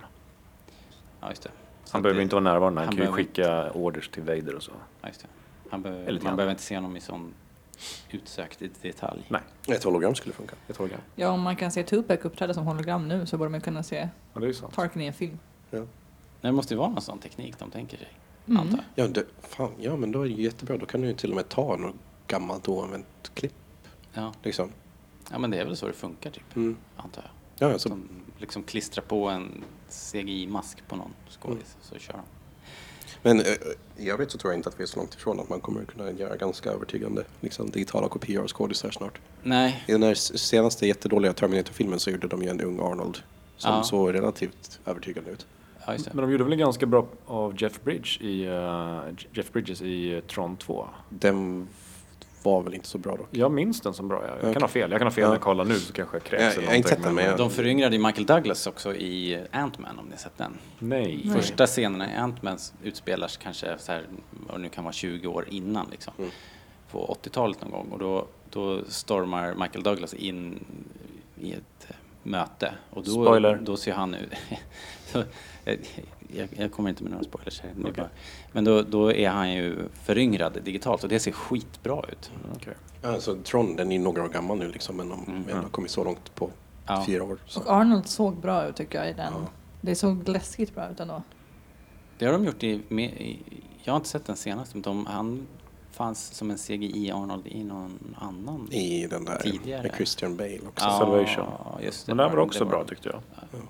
Ja, just det. Så Han att behöver det- inte vara närvarande. Han, han kan ju behöver- skicka orders till Vader och så. Ja, just det. Han behöver, Eller till man andra. behöver inte se honom i sån utsökt i detalj. Nej, Ett hologram skulle funka. ett hologram. Ja, om man kan se Tupac uppträda som hologram nu så borde man kunna se Ja, det är ju sant. Tarkin i en film. Det måste ju vara någon sån teknik de tänker sig, Mm. antar jag. Ja, det, fan, ja, men då är det ju jättebra. Då kan du ju till och med ta något gammalt oanvänt klipp. Ja. Liksom. ja, men det är väl så det funkar typ, Mm. antar jag. Ja, alltså, De liksom klistrar på en C G I-mask på någon skådis så kör de. men eh, i övrigt så tror jag inte att vi är så långt ifrån att man kommer kunna göra ganska övertygande liksom, digitala kopior av skådisar snart. Nej, I den här s- senaste jättedåliga Terminator-filmen så gjorde de ju en ung Arnold som Ja. såg relativt övertygande ut. ja, just det. Men de gjorde väl en ganska bra av Jeff Bridge i uh, Jeff Bridges i uh, Tron två. Den var väl inte så bra dock. Jag minns den som bra. Jag, jag Okej. kan ha fel. Jag kan ha fel Ja. när jag kollar nu så kanske jag kräks. Jag- eller jag har inte någonting, sett den, men jag- De föryngrade ju Michael Douglas också i Ant-Man, om ni har sett den. Nej. Nej. Första scenerna i Ant-Man utspelas kanske så här, och nu kan vara tjugo år innan liksom. Mm. På åttiotalet någon gång och då, då stormar Michael Douglas in i ett eh, möte och då, Spoiler. då ser han ut så, eh, jag, jag kommer inte med några spoilers här nu Okej. bara. Men då, då är han ju föryngrad digitalt och det ser skitbra ut. Okej. Alltså, Tron, den är ju några år gammal nu liksom, men de Mm. vi har kommit så långt på Ja. fyra år. Så. Och Arnold såg bra ut tycker jag i den. Ja. Det såg läskigt bra ut ändå. Det har de gjort i, med, i jag har inte sett den senaste men de, han fanns som en C G I-Arnold i någon annan. I den där Tidigare. med Christian Bale också. Ja, Salvation. just det. Men den var också det bra tyckte jag.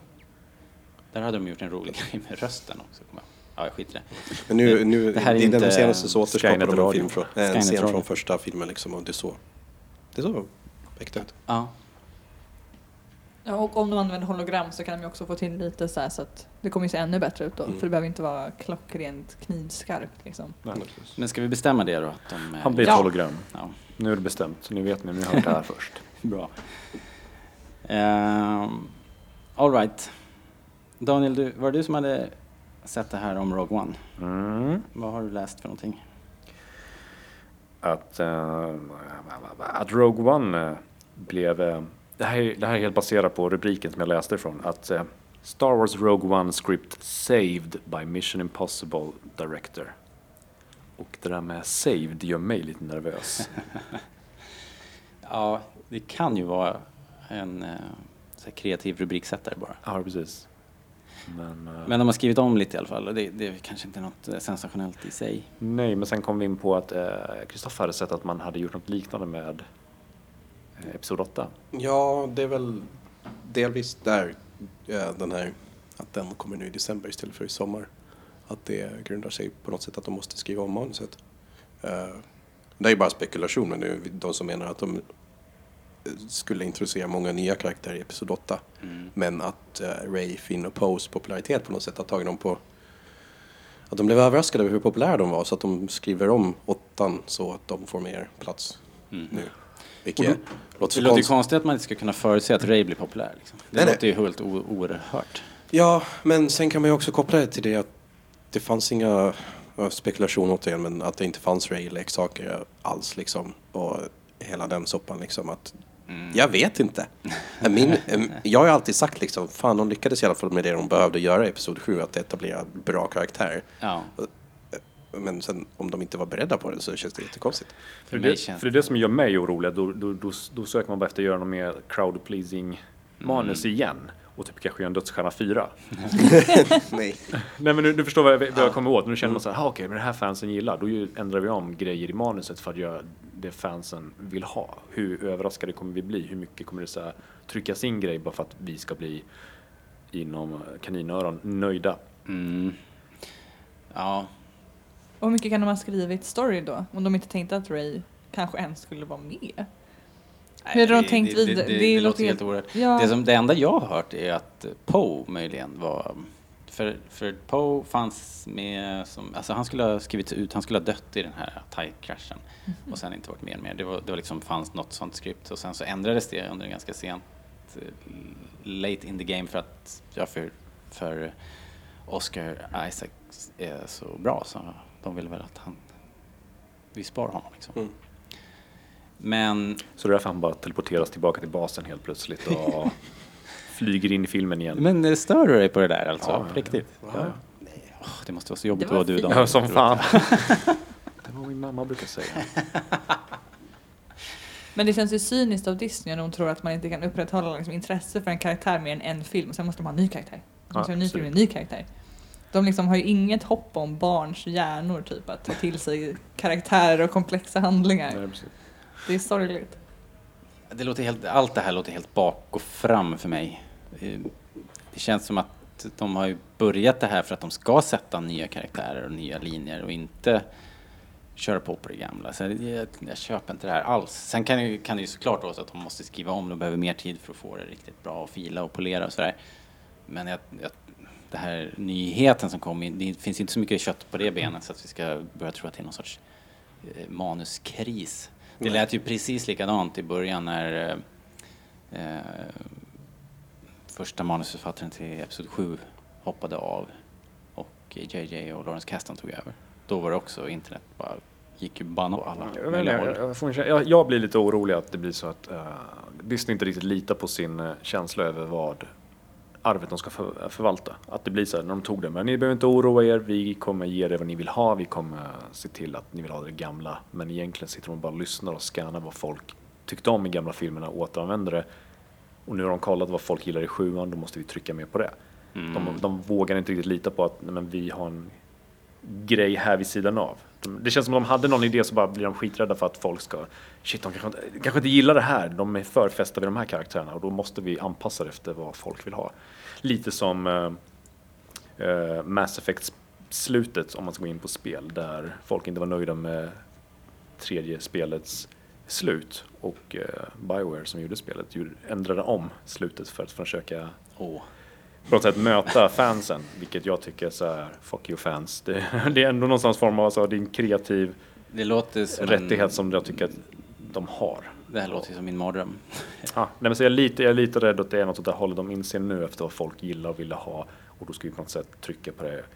Där hade de gjort en rolig grej med rösten också. kommer jag- Ja, jag skiter i det. Men nu, nu Det här är i den inte senaste så återskapade Skynet de en, Radio. film från, äh, en Skynet scen Radio. från första filmen liksom, och det så det såg äkta ut. Ja, Ja, och om de använder hologram så kan de ju också få till lite så här så att det kommer ju se ännu bättre ut då. Mm. För det behöver inte vara klockrent knivskarpt liksom. Nej. men ska vi bestämma det då? Att de, eh, Han blir ett Ja. hologram. Ja, Nu är det bestämt. Ni vet ni, ni har hört det här först. bra. Um, all right. Daniel, du, var det du som hade sett det här om Rogue One? Mm. Vad har du läst för någonting? Att, eh, att Rogue One eh, blev... eh, det, här, är- det här är helt baserat på rubriken som jag läste ifrån. Att eh, Star Wars Rogue One script saved by Mission Impossible director. Och det där med saved gör mig lite nervös. Ja, det kan ju vara en eh, så här kreativ rubriksättare bara. Ja, precis. Men, eh, Men de har skrivit om lite i alla fall och det, det är kanske inte något eh, sensationellt i sig. nej, men sen kom vi in på att Kristoffer hade sett att man hade gjort något liknande med eh, Episod åtta. Ja, det är väl delvis där ja, den här att den kommer nu i december istället för i sommar. att det grundar sig på något sätt att de måste skriva om manuset. Uh, det är ju bara spekulation, men det är de som menar att de skulle introducera många nya karaktärer i episod åtta. Mm. Men att uh, Rey, Finn och Poes popularitet på något sätt har tagit dem på... Att de blev överraskade över hur populära de var, så att de skriver om åttan så att de får mer plats mm. nu. Vilket då, låter det låter ju konstigt att man inte ska kunna förutse att Rey blir populär. Liksom. Det nej, låter nej. ju helt o- oerhört. Ja, men sen kan man ju också koppla det till det att det fanns inga spekulation återigen, men att det inte fanns Rey-leksaker alls liksom. Och hela den soppan liksom att mm. jag vet inte. Min, jag har ju alltid sagt liksom, fan de lyckades i alla fall med det de behövde göra i episod sju, att etablera bra karaktär. Ja. Men sen om de inte var beredda på det så känns det jättekonstigt. För det, för det är det som gör mig orolig. Då, då, då, då söker man bara efter att göra något mer crowd-pleasing manus mm. igen. Och typ kanske göra en Dödsstjärna fyra. Nej. Nej, men du, du förstår vad jag, vad jag kommer åt. Nu känner man så här, ah, okej, okay, men det här fansen gillar. Då ju, ändrar vi om grejer i manuset för att göra det fansen vill ha. Hur överraskade kommer vi bli? Hur mycket kommer det så här, tryckas in grejer bara för att vi ska bli inom kaninöron nöjda? Mm. Ja. Och hur mycket kan de ha skrivit story då? Om de inte tänkte att Rey kanske ens skulle vara med. Nej, hur har de det, tänkt det, vidare? Det, det, det, det låter helt oerhört. Ja. Det, som, det enda jag har hört är att Poe möjligen var... För, för Poe fanns med som... Alltså han skulle ha skrivit ut, han skulle ha dött i den här TIE-kraschen. Mm-hmm. Och sen inte varit med mer. Det var, det var liksom, fanns något sånt skript. Och sen så ändrades det under en ganska sent... Late in the game för att... Ja, för, för Oscar Isaac är så bra så... De vill väl att han... Vi sparar honom liksom. Mm. Men... Så därför han bara teleporteras tillbaka till basen helt plötsligt och flyger in i filmen igen. Men stör du dig på det där alltså? Ja, riktigt? Ja. Ja. Nej, oh, det måste vara så jobbigt att vara du då. Ja, som fan. Det var min mamma brukar säga. Men det känns ju cyniskt av Disney när de tror att man inte kan upprätthålla liksom, intresse för en karaktär mer än en film. Sen måste de ha en ny karaktär. De måste ha en ny film, en ny karaktär. De liksom har ju inget hopp om barns hjärnor typ att ta till sig karaktärer och komplexa handlingar. Nej, det är sorgligt. Det låter helt, allt det här låter helt bak och fram för mig. Det känns som att de har ju börjat det här för att de ska sätta nya karaktärer och nya linjer och inte köra på på det gamla. Så jag, jag köper inte det här alls. Sen kan det, kan det ju såklart vara så att de måste skriva om. De behöver mer tid för att få det riktigt bra och fila och polera och sådär. Men jag, jag det här nyheten som kom in, det finns inte så mycket kött på det benet så att vi ska börja tro att det är någon sorts eh, manuskris. Det lät ju precis likadant i början när eh, första manusförfattaren till episod sju hoppade av och J J och Lawrence Kasdan tog över. Då var det också internet bara gick ju banan på alla jag, men, jag, jag, får en, jag, jag blir lite orolig att det blir så att uh, Disney inte riktigt litar på sin uh, känsla över vad arvet de ska för, förvalta. Att det blir så här när de tog det. Men ni behöver inte oroa er. Vi kommer ge er vad ni vill ha. Vi kommer se till att ni vill ha det gamla. Men egentligen sitter de bara och lyssnar och scannar vad folk tyckte om i gamla filmerna och återanvänder det. Och nu har de kollat vad folk gillar i sjuan. Då måste vi trycka mer på det. Mm. De, de vågar inte riktigt lita på att nej, men vi har en grej här vid sidan av. De, det känns som att de hade någon idé så bara blir de skiträdda för att folk ska shit, de kanske inte, kanske inte gillar det här. De är för fästa vid de här karaktärerna och då måste vi anpassa det efter vad folk vill ha. Lite som uh, uh, Mass Effect-slutet om man ska gå in på spel där folk inte var nöjda med tredje spelets slut och uh, BioWare som gjorde spelet ändrade om slutet för att försöka oh. på något sätt möta fansen, vilket jag tycker är så här, fuck you fans. Det, det är ändå någonstans form av alltså, det är en kreativ det låter som rättighet en... som jag tycker att de har. Det här låter som min mardröm. ah, nej, men så jag, är lite, jag är lite rädd att det är något sånt där håller de inser nu efter vad folk gillar och vill ha och då ska vi på något sätt trycka på det.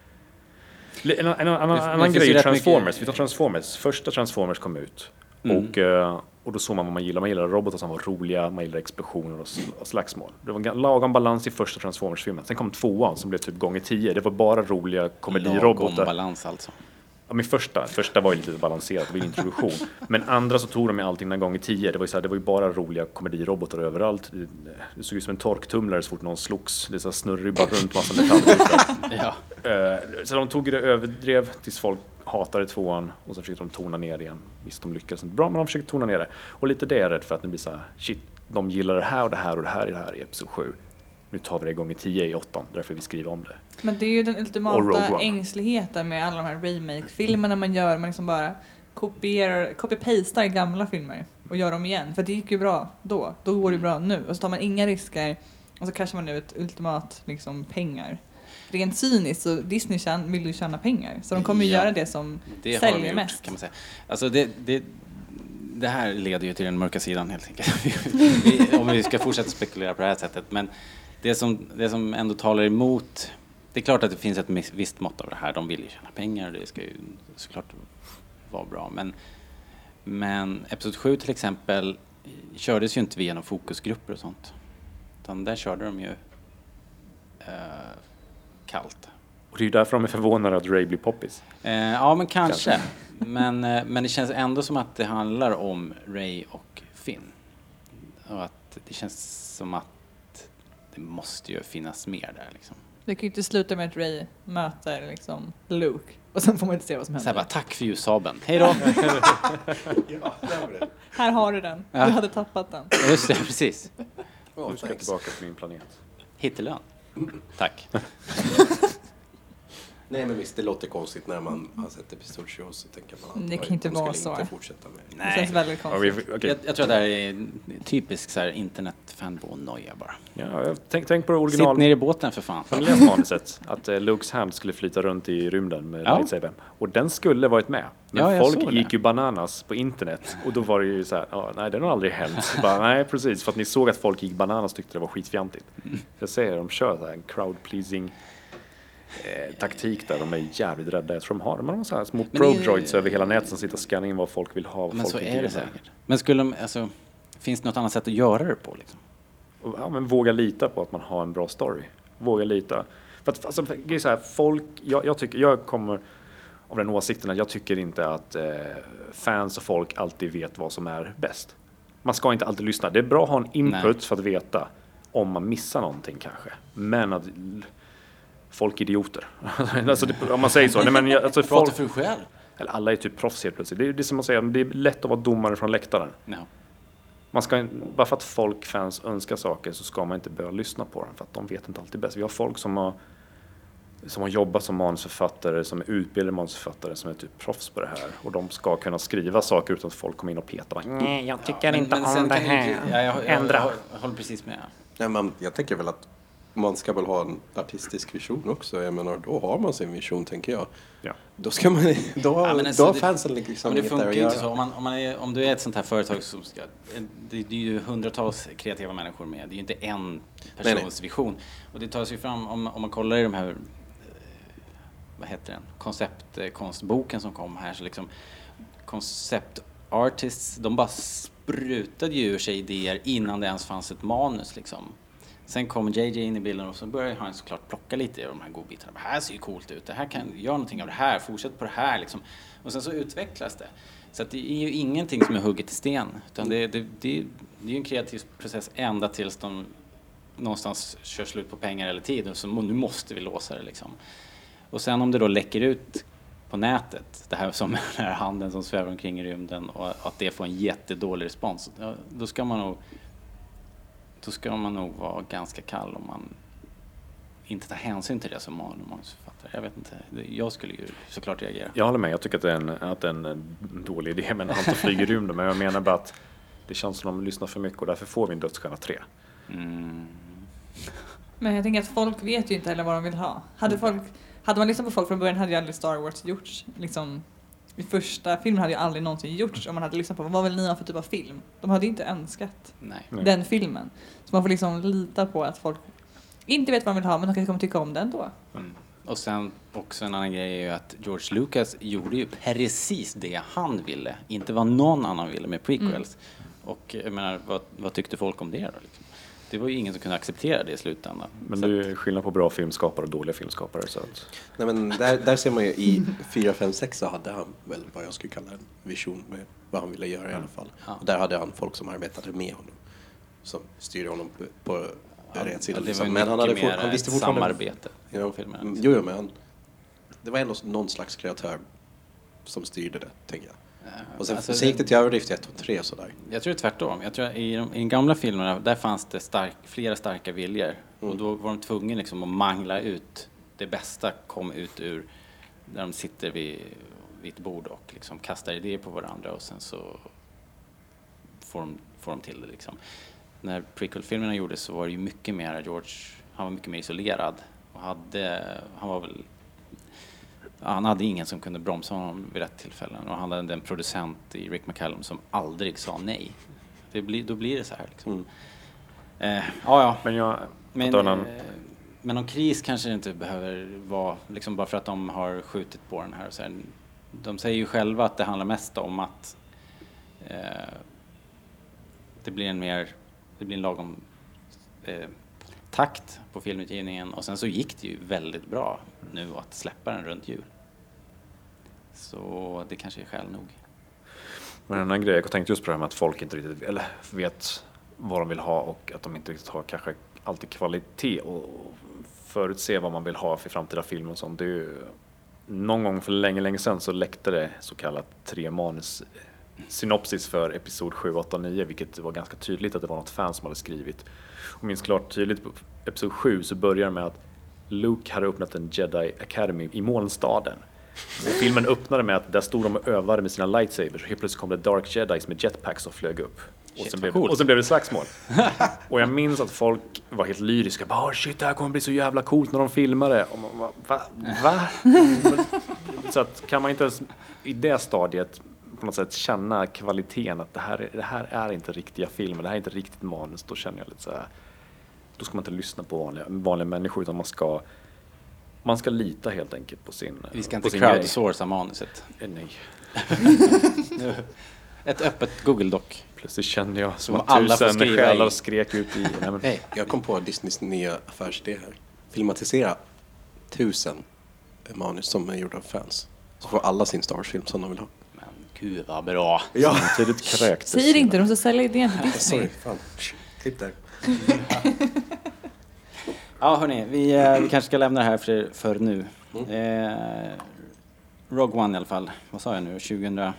En, en, en, en annan grej är Transformers. Mycket... Vi tar Transformers. Första Transformers kom ut mm. och, uh, och då såg man vad man gillar. Man gillar robotar som var roliga, man gillar explosioner och, och slagsmål. Det var en lagom balans i första Transformers-filmen. Sen kom tvåan som blev typ gånger tio. Det var bara roliga komedirobotar. Lagom balans alltså. Ja, min första, första var ju lite balanserat, det var en introduktion. Men andra så tog de med allting den gånger tio. Det var ju så här, det var ju bara roliga komedirobotar överallt. Det, det såg ut som en torktumlare så fort någon slogs. Det så snurrade bara runt massa metallbitar. Ja. Så de tog det överdrev tills folk hatade tvåan och så försökte de tona ner det igen. Visst, de lyckades inte bra, men de försökte tona ner det. Och lite det är jag rädd för att det blir så här, shit, de gillar det här och det här och det här i det här i episod sju. Nu tar vi det gånger tio i åttan, därför vi skriver om det. Men det är ju den Och Rogue ultimata One. ängsligheten med alla de här remake-filmerna man gör. Man liksom bara kopierar, copy-pastar gamla filmer och gör dem igen. För det gick ju bra då. Då går det bra nu. Och så tar man inga risker och så cashar man ut ultimat liksom, pengar. Rent cyniskt så Disney tjän- vill ju tjäna pengar. Så de kommer ju Ja, göra det som Det har säljer de gjort, mest. kan man säga. Alltså det, det, det här leder ju till den mörka sidan helt enkelt. vi, om vi ska fortsätta spekulera på det här sättet. Men det som, det som ändå talar emot, det är klart att det finns ett mis- visst mått av det här. De vill ju tjäna pengar och det ska ju såklart vara bra. Men, men Episod sju till exempel kördes ju inte via några fokusgrupper och sånt. Utan där körde de ju eh, kallt. Och det är ju därför de är förvånade att Ray blir poppis. Eh, ja, men kanske. Men, eh, men det känns ändå som att det handlar om Ray och Finn. Och att det känns som att det måste ju finnas mer där liksom. Det kan ju inte sluta med att Ray möter liksom Luke. Och sen får man inte se vad som Så här händer. bara, tack för ljussabeln. Hej då! Ja, det var det. Här har du den. Ja. Du hade tappat den. Just det, precis. Oh, Nu ska jag tillbaka till min planet. Hittelön. Tack. Nej, men visst, det låter konstigt när man har sett Episod tjugo, så tänker man att Det kan oj, inte de vara skulle så. inte fortsätta med det. Det känns Nej. väldigt Ja, konstigt. vi, okay. Jag, jag tror att det här är typisk så här internet-fanboy-noja bara. ja, jag tänk, tänk på det Sitt original. ner i båten för fan. Har ni läst manuset? Att eh, Lukes hand skulle flyta runt i rymden med Ja. lightsaber. Och den skulle varit med. Men Ja, jag folk såg gick det. ju bananas på internet. Och då var det ju så här, ja, nej det har aldrig hänt. Bara, nej precis, för att ni såg att folk gick bananas och tyckte det var skitfjantigt. Mm. Jag säger, de kör så här en crowd-pleasing eh, taktik där de är jävligt rädda. Jag tror de har, de har så här små Men det är ju- probe-droids över hela nätet som sitter och scannar in vad folk vill ha. Vad Men folk så inte är det vill ha. säkert. Men skulle de, alltså, finns det något annat sätt att göra det på liksom? Och, ja, men våga lita på att man har en bra story. Våga lita. För att, alltså, det är så här, folk, jag, jag, tycker, jag kommer av den åsikten att jag tycker inte att eh, fans och folk alltid vet vad som är bäst. Man ska inte alltid lyssna. Det är bra att ha en input Nej. för att veta om man missar någonting kanske. Men att folk är idioter. alltså, det, om man säger så. Nej, men, jag- alltså, Prata folk, för dig själv. eller alla är typ proffs helt plötsligt. Det är, det är som att säga, det är lätt att vara domare från läktaren. No. Man ska, bara för att folk, fans önskar saker så ska man inte börja lyssna på dem för att de vet inte alltid bäst. Vi har folk som har, som har jobbat som manusförfattare, som är utbildade manusförfattare, som är typ proffs på det här. Och de ska kunna skriva saker utan att folk kommer in och petar. Nej, jag tycker Men- inte men om sen det kan här. ju- Ja, jag, jag, Ändra. jag, jag håller precis med. Nej, men jag tänker väl att man ska väl ha en artistisk vision också. Jag menar, då har man sin vision, tänker jag. Ja. Då ska man, då, Ja, men då alltså, har det- fansen liksom Ja, men det inget funkar där att ju inte göra. så. Om, man, om, man är, om du är ett sånt här företag som ska... Det, det är ju hundratals kreativa människor med. Det är ju inte en Nej, persons vision. Och det tas ju fram, om, om man kollar i de här... eh, Vad heter den? Konceptkonstboken som kom här. Så liksom... Concept artists, de bara sprutade ju ur sig idéer innan det ens fanns ett manus liksom. Sen kom J J in i bilden och så började han såklart plocka lite av de här godbitarna. Det här ser ju coolt ut, det här kan göra någonting av det här, fortsätt på det här liksom. Och sen så utvecklas det. Så att det är ju ingenting som är hugget i sten. Utan det, det, det, det är ju en kreativ process ända tills de någonstans kör slut på pengar eller tid. Och så må- nu måste vi låsa det liksom. Och sen om det då läcker ut på nätet, det här som den här handen som svävar omkring i rymden och att det får en jättedålig respons, ja, då ska man nog då ska man nog vara ganska kall om man inte tar hänsyn till det som manusförfattare. Jag vet inte, Det- jag skulle ju såklart reagera. Jag håller med, jag tycker att det är en, att det är en dålig idé med en hand som flyger i rymden. Men jag menar bara att det känns som att de lyssnar för mycket och därför får vi en Dödsstjärna tre. Mm. Men jag tänker att folk vet ju inte heller vad de vill ha. Hade, folk, hade man lyssnat på folk från början hade ju aldrig Star Wars gjorts. Liksom, i första filmen hade ju aldrig någonsin gjorts om man hade lyssnat på vad vill ni ha för typ av film. De hade ju inte önskat Nej. Nej. den filmen. Så man får liksom lita på att folk inte vet vad de vill ha men de kanske kommer tycka om den då. Mm. Och sen också en annan grej är ju att George Lucas gjorde ju precis det han ville, inte vad någon annan ville med prequels. Och jag menar, vad, vad tyckte folk om det då? Liksom? Det var ju ingen som kunde acceptera det i slutändan. Men Så det är att- ju skillnad på bra filmskapare och dåliga filmskapare. Så att, Nej, men där, där ser man ju i fyra, fem, sex så hade han väl vad jag skulle kalla en vision med vad han ville göra i alla fall. Ja. Och där hade han folk som arbetade med honom. Som styrde honom på, på Ja, rätt sida. det var Liksom. ju Men han, mycket hade fort, mer han visste ett fortfarande... samarbete. Ja, filmerna. mm, jo, jo, men han, det var ändå någon slags kreatör som styrde det, tänker jag. Och sen, Alltså, sen gick det till överdrift i ett och tre sådär. Jag tror tvärtom. Jag tror i de, i de gamla filmerna där fanns det stark, flera starka viljor Och då var de tvungna liksom att mangla ut det bästa kom ut ur där de sitter vid, vid ett bord och liksom kastar idéer på varandra och sen så får de, får de till det liksom. När prequel-filmerna gjordes så var det ju mycket mer George, han var mycket mer isolerad och hade, han var väl han hade ingen som kunde bromsa honom vid rätt tillfällen och han hade en producent i Rick McCallum som aldrig sa nej. Det blir, då blir det så här liksom. Mm. Eh, ja, ja. Men jag... Men, någon... eh, men någon kris kanske det inte behöver vara liksom bara för att de har skjutit på den här. Och så här. De säger ju själva att det handlar mest om att eh, det blir en mer, det blir en lagom eh, takt på filmutgivningen och sen så gick det ju väldigt bra nu att släppa den runt jul. Så det kanske är skäl nog. Men en annan grej, jag tänkte just på det här med att folk inte riktigt eller vet vad de vill ha och att de inte riktigt har kanske alltid kvalitet och förutse vad man vill ha för framtida film och sånt. Det är ju, någon gång för länge, länge sedan så läckte det så kallat tre manus synopsis för episod sju, åtta, nio, vilket var ganska tydligt att det var något fan som hade skrivit. Och minst klart tydligt på episod sju så börjar med att Luke hade öppnat en Jedi Academy i molnstaden. Och filmen öppnade med att där stod de och övade med sina lightsabers och helt plötsligt kom det Dark Jedis med jetpacks och flög upp. Och Shit, sen, vad blev, coolt. och sen blev det slagsmål. Och jag minns att folk var helt lyriska. Bara, shit, det här kommer bli så jävla coolt när de filmar det. Och man bara, va? Va? Så att kan man inte ens i det stadiet på något sätt känna kvaliteten att det här, är, det här är inte riktiga filmer, det här är inte riktigt manus, då känner jag lite så här, då ska man inte lyssna på vanliga, vanliga människor utan man ska man ska lita helt enkelt på sin Vi ska på inte sin crowdsourca manuset. grej. Nej. Ett öppet Google Doc. Plötsligt kände jag som Som att alla får tusen skriva själar i. skrek ut i... Nej, men, Hej, jag kom på Disneys nya affärsidé här. Filmatisera tusen manus som är gjorda av fans. Så får alla sin Star Wars-film som de vill ha. Men gud vad bra. Ja, samtidigt kräktes. Säg det inte, de ska sälja idén till sorry. Disney. Fan. Klipp där. Ja hörni, vi, eh, vi kanske ska lämna det här för, för nu. Eh, Rogue One i alla fall. Vad sa jag nu? tjugohundraåtta.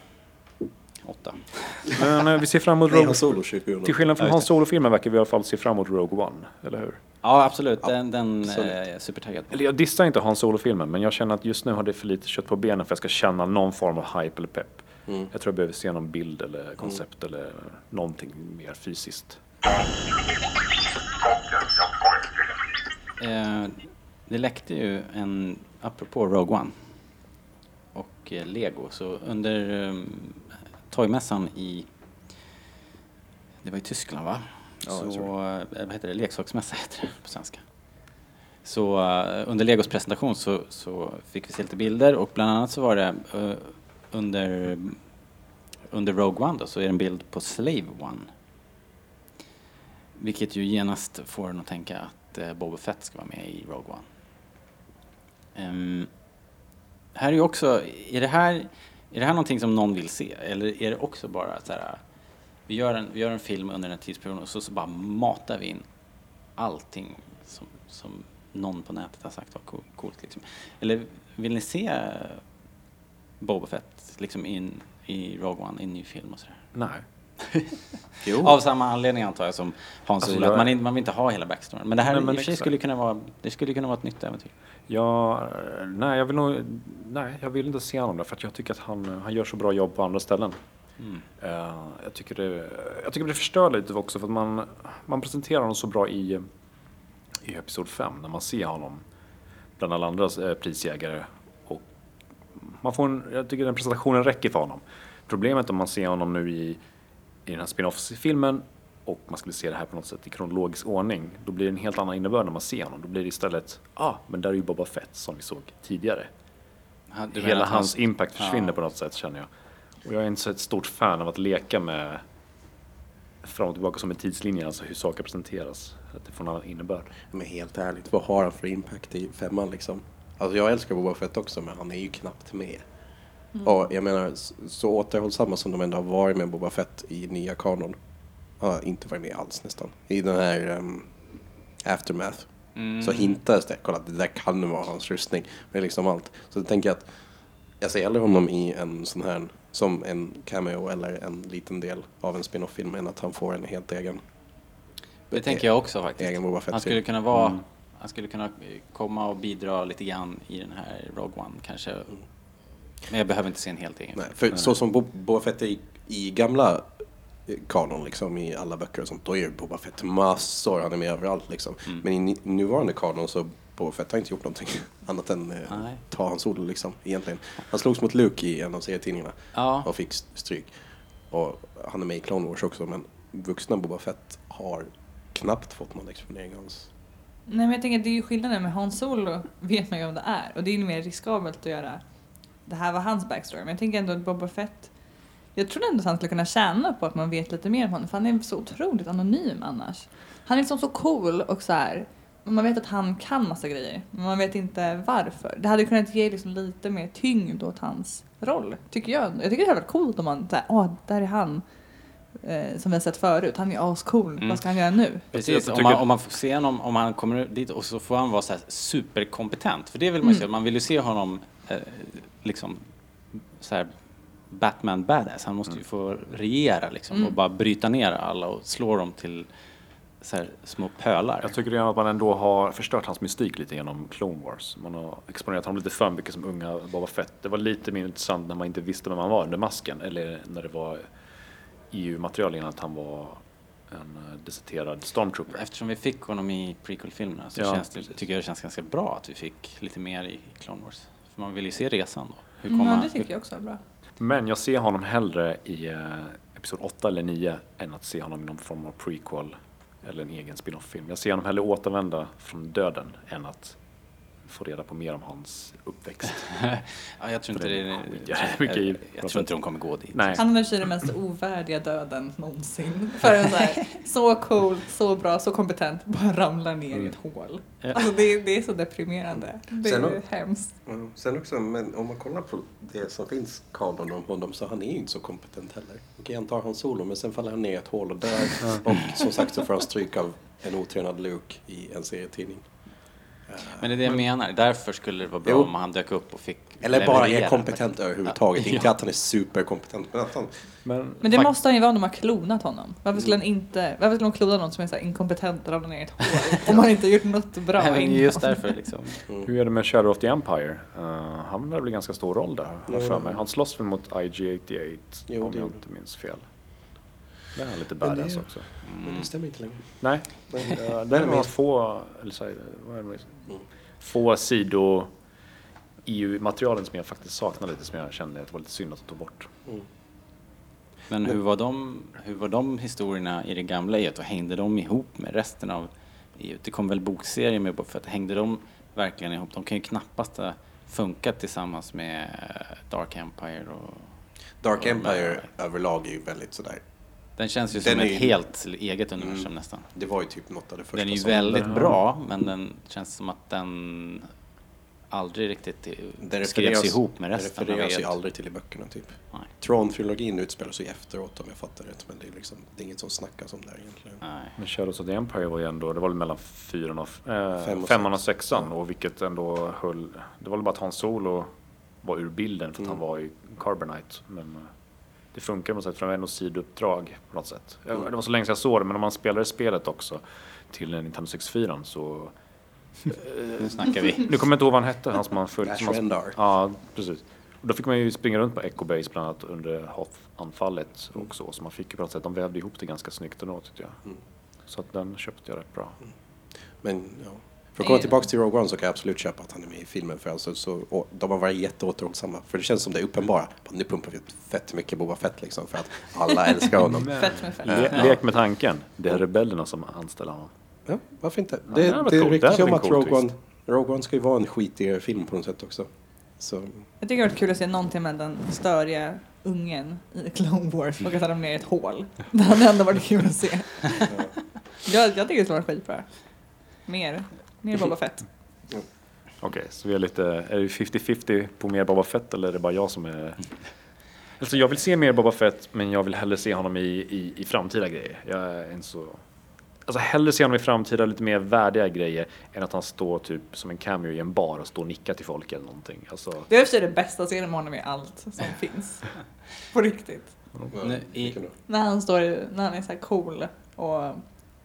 Men eh, vi ser fram emot Nej, Han Rogue Solo tjugohundra. Till skillnad från Ja, just Hans Solo-filmen verkar vi i alla fall se fram emot Rogue One, eller hur? Ja absolut, den, den absolut. är jag supertaggad på. Eller jag dissar inte Hans Solo-filmen, men jag känner att just nu har det för lite kött på benen för att jag ska känna någon form av hype eller pepp. Mm. Jag tror jag behöver se någon bild eller koncept eller någonting mer fysiskt. Eh, det läckte ju en, apropå Rogue One och eh, Lego, så under eh, toymässan i, det var i Tyskland va? Ja, jag så, tror eh, vad heter det, leksaksmässa heter det på svenska. Så eh, under Legos presentation så, så fick vi se lite bilder och bland annat så var det eh, under, under Rogue One då, så är det en bild på Slave One. Vilket ju genast får en att tänka att eh, Boba Fett ska vara med i Rogue One. Um, här är ju också, är det här, är det här någonting som någon vill se? Eller är det också bara så här, vi gör en, vi gör en film under den här tidsperioden och så, så bara matar vi in allting som, som någon på nätet har sagt var cool, coolt liksom. Eller vill ni se Boba Fett liksom in i Rogue One, i en ny film och sådär? Nej. Jo. Av samma anledning antar jag som Hans Alltså, Ola, jag- att man, in, man vill inte ha hela backstoryn. Men det här Nej, men i och för sig exakt. skulle kunna vara, det skulle kunna vara ett nytt äventyr. Ja, nej, jag vill nog, nej, jag vill inte se honom där för att jag tycker att han, han gör så bra jobb på andra ställen. Mm. Uh, jag tycker det, jag tycker det förstör lite också för att man, man presenterar honom så bra i, i episod fem när man ser honom bland alla andra eh, prisjägare och man får en, jag tycker den presentationen räcker för honom. Problemet om man ser honom nu i, i den här spin-off-filmen och man skulle se det här på något sätt i kronologisk ordning, då blir det en helt annan innebörd när man ser honom. Då blir det istället, ah, men där är ju Boba Fett som vi såg tidigare. Han- du menar Hela att hans impact försvinner Ja. på något sätt känner jag. Och jag är inte så ett stort fan av att leka med fram och tillbaka som en tidslinje, alltså hur saker presenteras. Att det får en annan innebörd. Men helt ärligt, vad har han för impact i femman liksom? Alltså jag älskar Boba Fett också, men han är ju knappt med. Och jag menar, s- så återhållsamma som de ändå har varit med Boba Fett i nya kanon. Han har inte varit med alls nästan. I den här um, Aftermath. Mm. Så hintades det, kolla det där kan vara hans rustning. Men liksom allt. Så jag tänker att jag ser hellre honom i en sån här, som en cameo eller en liten del av en spin-off-film än att han får en helt egen. Det tänker jag också faktiskt. Egen Boba Fett. Han skulle kunna vara, Mm. han skulle kunna komma och bidra lite grann i den här Rogue One kanske. Men jag behöver inte se en helt egen. Nej, för så som Bo- Boba Fett är i, i gamla eh, kanon liksom, i alla böcker och sånt, då är ju Boba Fett massor, han är med överallt liksom. Mm. Men i ni- nuvarande kanon så Boba Fett har inte gjort någonting annat än eh, Nej. ta hans solo liksom, egentligen. Han slogs mot Luke i en av serietidningarna Ja. och fick stryk. Och han är med i Clone Wars också, men vuxna Boba Fett har knappt fått någon exponering alls. Nej, men jag tänker att det är ju skillnaden med Han Solo, vet man ju om det är. Och det är ju mer riskabelt att göra. Det här var hans backstory. Men jag tänker ändå att Boba Fett, jag tror ändå att han skulle kunna tjäna på att man vet lite mer om honom. För han är så otroligt anonym annars. Han är liksom så cool och så här. Man vet att han kan massa grejer. Men man vet inte varför. Det hade kunnat ge liksom lite mer tyngd åt hans roll, tycker jag. Jag tycker det hade varit coolt om man säger, åh, där är han. Eh, som vi har sett förut. Han är ascool. Mm. Vad ska han göra nu? Precis, Jag om tycker- man, om man får se honom, om han kommer dit och så får han vara så här superkompetent. För det vill man ju Mm. se, man vill ju se honom eh, liksom så här Batman badass. Han måste ju få regera liksom Mm. och bara bryta ner alla och slå dem till så här små pölar. Jag tycker att man ändå har förstört hans mystik lite genom Clone Wars. Man har exponerat honom lite för mycket som unga Boba Fett. Det var lite mer intressant när man inte visste vem han var under masken. Eller när det var E U-material innan att han var en eh, deserterad stormtrooper. Eftersom vi fick honom i prequel-filmerna så Ja, känns det, precis. tycker jag det känns ganska bra att vi fick lite mer i Clone Wars. För man vill ju se resan då. Hur Mm, kommer ja, han- det tycker jag också är bra. Men jag ser honom hellre i eh, episod åtta eller nio än att se honom i någon form av prequel eller en egen spin-off-film. Jag ser honom hellre återvända från döden än att få reda på mer om hans uppväxt. ja, jag tror inte För det, det är skiter jag mycket i. jag, jag tror inte de kommer gå dit. Nej. Han är den mest ovärdiga döden någonsin. För en så här, så cool, så bra, så kompetent, bara ramlar ner i ett hål. Ja. Alltså det, är- det är så deprimerande. Det Sen är då? hemskt. Mm. Sen också, men om man kollar på det som finns kanon om honom så han är ju inte så kompetent heller. Okej, han tar hans solo men sen faller han ner i ett hål och dör. Och som sagt så får han stryk av en otränad Luke i en serietidning. Men det är det jag menar. Därför skulle det vara bra Jo. om han dök upp och fick Eller bara leverera. är kompetent överhuvudtaget. Ja. Inte att han är superkompetent, men att han... Men, Men det Fakt- måste han ju vara om de har klonat honom. Varför skulle han inte, varför skulle de klona någon som är så här inkompetent och ramlar ner i ett hål? Om han inte har gjort något bra Nej, men innan. just därför liksom. hur är det med Shadow of the Empire? Uh, han har väl en ganska stor roll där, har jag för Mm. mig. Han slåss väl mot I G åttioåtta, Jo, om det jag gjorde inte minns fel. Det är han lite Men det- badass också. Men det stämmer inte längre. Nej, Men, uh, det men- är några få, eller så, vad är det, Mm. få sidor E U-materialen som jag faktiskt saknar lite, som jag kände att det var lite synd att ta bort. Mm. Men hur var, de, hur var de historierna i det gamla E U? Och hängde de ihop med resten av E U? Det kom väl bokserier med Boba Fett. Hängde de verkligen ihop? De kan ju knappast ha funkat tillsammans med Dark Empire och... Dark och Empire med- överlag är ju väldigt sådär. Den känns ju Den som är ett ju- helt eget universum Mm. nästan. Det var ju typ något av det första Den är ju som... väldigt Ja. bra, men den känns som att den aldrig riktigt Det skrevs ihop med resten Det av refereras E ju U. aldrig till i böckerna typ. Nej. Tron-trilogin utspelar sig efteråt om jag fattar rätt, men det är liksom det är inget som snackas om där egentligen. Nej. Men Shadows of the Empire var ju ändå, det var väl mellan fyran och, eh, Fem och femman och sex. sexan, och vilket ändå höll, det var väl bara att Han Solo var ur bilden för att Mm. han var i Carbonite, men eh, det funkar på något sätt, för det var ändå sidouppdrag på något sätt. Jag- Mm. Det var så länge sedan jag såg det, men om man spelade spelet också till Nintendo sextiofyra så, Nu snackar vi. nu kommer jag inte ihåg vad han hette, han som man följde. Ash som man- Rendar. Ja, precis. Och då fick man ju springa runt på Echo Base bland annat under Hoth-anfallet och så, så man fick ju på något sätt, de vävde ihop det ganska snyggt ändå tyckte jag. Mm. Så att den köpte jag rätt bra. Men ja. För att komma tillbaka till Rogue One så kan jag absolut köpa att han är med i filmen. För alltså, så, och de har varit jätteåterhållsamma. För det känns som det är uppenbara. Nu pumpar vi ut fett mycket Boba Fett liksom. För att alla älskar honom. Fett med fett. Le- Lek med tanken. Det är rebellerna som anställer honom. Ja, varför inte? Ja, Det, det hade varit det coolt. Det ryktas ju hade om varit att en cool Rogue One, Rogue One ska ju vara en skitigare film på något sätt också. Så, Jag tycker det har varit kul att se någonting med den störiga ungen i Clone Wars och att han ner i ett hål. Det hade ändå varit kul att se. Jag, jag tycker det skulle vara skitbra. Mer. Mer Boba Fett. Okej, så vi är lite, är det femtio femtio på mer Boba Fett eller är det bara jag som är... Alltså jag vill se mer Boba Fett, men jag vill hellre se honom i, i, i framtida grejer. Jag är inte så... Alltså hellre se honom i framtida lite mer värdiga grejer än att han står typ som en cameo i en bar och står och nickar till folk eller någonting. Alltså, Det är i och för sig det bästa scenen med honom i allt som finns. På riktigt. Nu, i, När han står, när han är så här cool och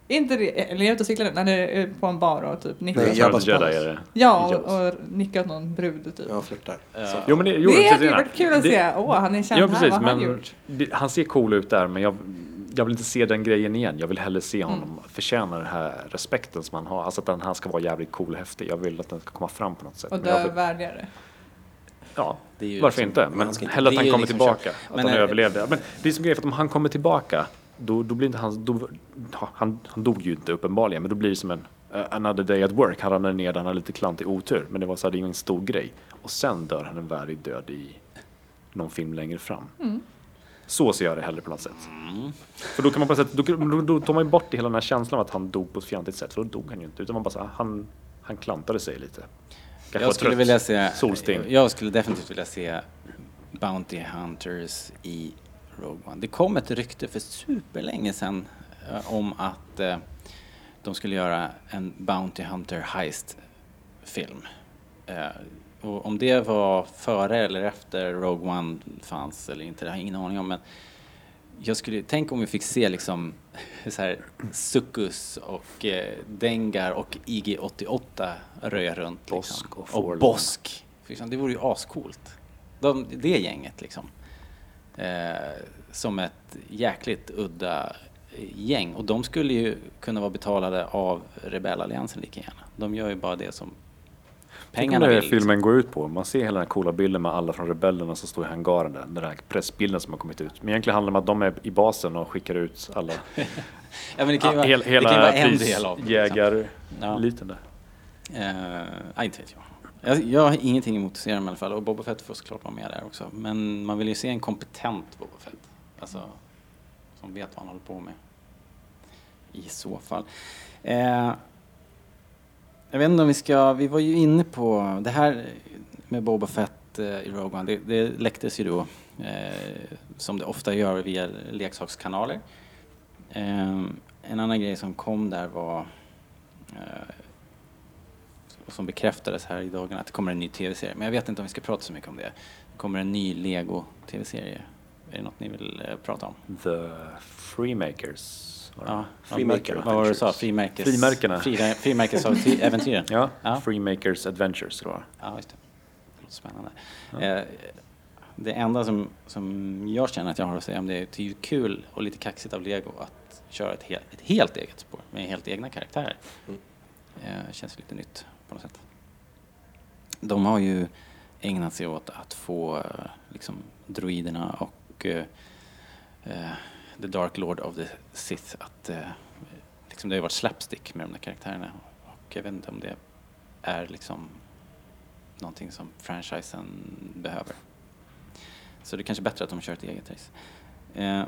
Inte det, eller jag är ute och cyklar när det är på en bar och typ nickar. Nej, Jag jag Jedi bara är det. Ja, Jabbas. och, och nickar åt någon brud typ. Ja, flörtar. Så. Jo, men det, jo, det precis, hade ju ja. varit kul att Det- se. Åh, han är känd Ja, här. precis, Vad har han men gjort? det, han ser cool ut där, men jag, jag vill inte se den grejen igen. Jag vill hellre se honom Mm. förtjäna den här respekten som han har. Alltså att han, han ska vara jävligt cool och häftig. Jag vill att den ska komma fram på något sätt. Och Men jag dö vill, värdigare. ja, Det är ju varför liksom- inte? men Men han ska inte- hellre det att är han ju kommer liksom tillbaka. kört. Att Men han är- överlevde. Men det är som grej, för att om han kommer tillbaka, då, då blir inte han, då, han, han dog ju inte uppenbarligen, men då blir det som en uh, another day at work. Han ramlade ner, han hade lite klantig otur, men det var så här, det är ingen stor grej. Och sen dör han en värdig död i någon film längre fram. Mm. Så ser jag det hellre på något sätt. För då kan man på något sätt, då, då, då tar man ju bort hela den här känslan av att han dog på ett fjantigt sätt, för då dog han ju inte, utan man bara så här, han, han klantade sig lite. Kanske var Jag skulle trött, vilja se, solsting. jag skulle definitivt vilja se Bounty Hunters i Rogue One. Det kom ett rykte för superlänge sedan eh, om att eh, de skulle göra en Bounty Hunter heist-film. Eh, och om det var före eller efter Rogue One fanns eller inte, det har jag ingen aning om. Men jag skulle, tänk om vi fick se liksom så här Suckus och eh, Dengar och I G åttioåtta röja runt. Liksom. Bosk och och Forlorn. Bosk. Liksom, det vore ju ascoolt. De, det gänget liksom. Eh, som ett jäkligt udda gäng. Och de skulle ju kunna vara betalade av rebellalliansen lika gärna. De gör ju bara det som pengarna det vill. filmen Liksom. går ut på. Man ser hela den här coola bilden med alla från rebellerna som står i hangaren där. Den här pressbilden som har kommit ut. Men egentligen handlar det om att de är i basen och skickar ut alla. Ja, men det kan ju Ja, vara, hel- det kan ju hela vara en del av det. Liksom. prisjägarliten där. Uh, nej, inte vet jag. jag. Jag har ingenting emot att se dem i alla fall. Och Boba Fett får såklart vara med där också. Men man vill ju se en kompetent Boba Fett. Alltså, som vet vad han håller på med. I så fall. Uh, jag vet inte om vi ska... Vi var ju inne på det här med Boba Fett uh, i Rogue One. Det, det läcktes ju då, uh, som det ofta gör via leksakskanaler. Uh, en annan grej som kom där var... Uh, och som bekräftades här i dagarna att det kommer en ny tv-serie. Men jag vet inte om vi ska prata så mycket om det. Det kommer en ny Lego-tv-serie. Är det något ni vill eh, prata om? The Freemakers. var det? Ja, Freemaker vad var det du sa? Adventures. Frimärkes... Frimärkena. Fri- Frimärkesäventyren? Ja, Ja. Freemakers Adventures tror jag. Ja, just det. Det låter spännande. Eh, det enda som, som jag känner att jag har att säga om det är att det är ju kul och lite kaxigt av Lego att köra ett, hel, ett helt eget spår med helt egna karaktärer. Mm. Eh, känns lite nytt på något sätt. De har ju ägnat sig åt att få eh, liksom droiderna och eh, eh, The Dark Lord of the Sith att eh, liksom det har ju varit slapstick med de där karaktärerna och jag vet inte om det är liksom någonting som franchisen behöver. Så det är kanske bättre att de kör ett eget race. Eh,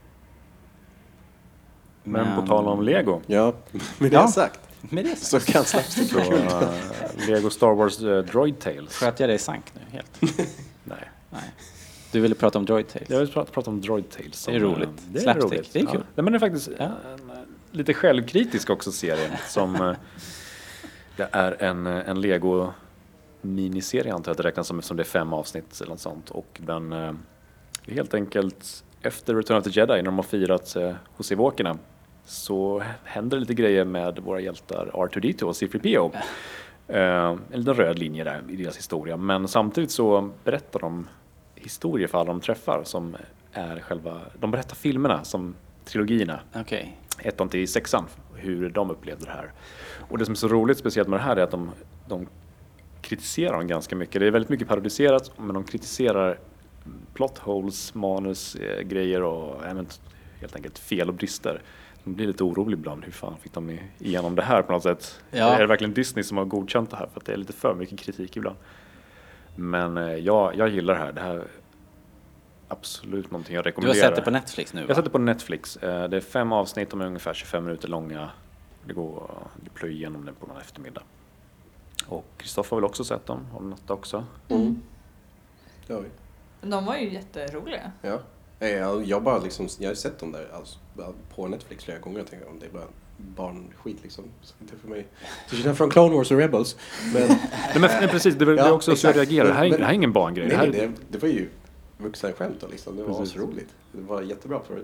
Men, på tal om Lego. Ja, med det Ja. sagt Med det så så kan Slapstick Så, uh, Lego Star Wars uh, Droid Tales. sköt jag dig i sank nu helt. Nej. Nej. Du ville prata om Droid Tales. Jag vill prata, prata om Droid Tales. som, Det är roligt. eh, Det är Slapstick, roligt. det är kul. Ja. Nej, men det är faktiskt Ja. en, eh, lite självkritisk också serie. Som, eh, det är en, eh, en Lego miniserie antar jag att det räknas som eftersom det är fem avsnitt eller något sånt. Och den eh, är helt enkelt efter Return of the Jedi när de har firat eh, hos evokerna så händer det lite grejer med våra hjältar R two D two och C three P O. Eh, en liten röd linje där i deras historia. Men samtidigt så berättar de historier för alla de träffar som är själva, de berättar filmerna som trilogierna, Okej. ettan till sexan, hur de upplevde det här. Och det som är så roligt speciellt med det här är att de, de kritiserar dem ganska mycket. Det är väldigt mycket parodiserat, men de kritiserar plot holes, manus, eh, grejer och även helt enkelt fel och brister. Man blir lite orolig ibland, hur fan fick de igenom det här på något sätt? Ja. Är det verkligen Disney som har godkänt det här? För att det är lite för mycket kritik ibland. Men eh, jag, jag gillar det här. Det här är absolut någonting jag Du har rekommenderar. sett det på Netflix nu, Jag va? sätter på Netflix. Eh, Det är fem avsnitt, de är ungefär tjugofem minuter långa. Det går att plöja igenom den på någon eftermiddag. Och Kristoffer har väl också sett dem? Har du något också? Mm. Ja, De var ju jätteroliga. ja. Nej, Jag, jag bara liksom, jag har sett dem där alltså, på Netflix flera gånger och tänker om det är bara barnskit liksom. Så inte för mig. Till skillnad från Clone Wars och Rebels. Men, Nej, men, nej, precis, det var, det Ja, är också så jag exakt. reagerar. Det här, är- Men- det här är ingen barngrej. nej, Det här, men det, det var ju vuxna skämt då liksom. Det var Precis. så roligt. Det var jättebra parodier.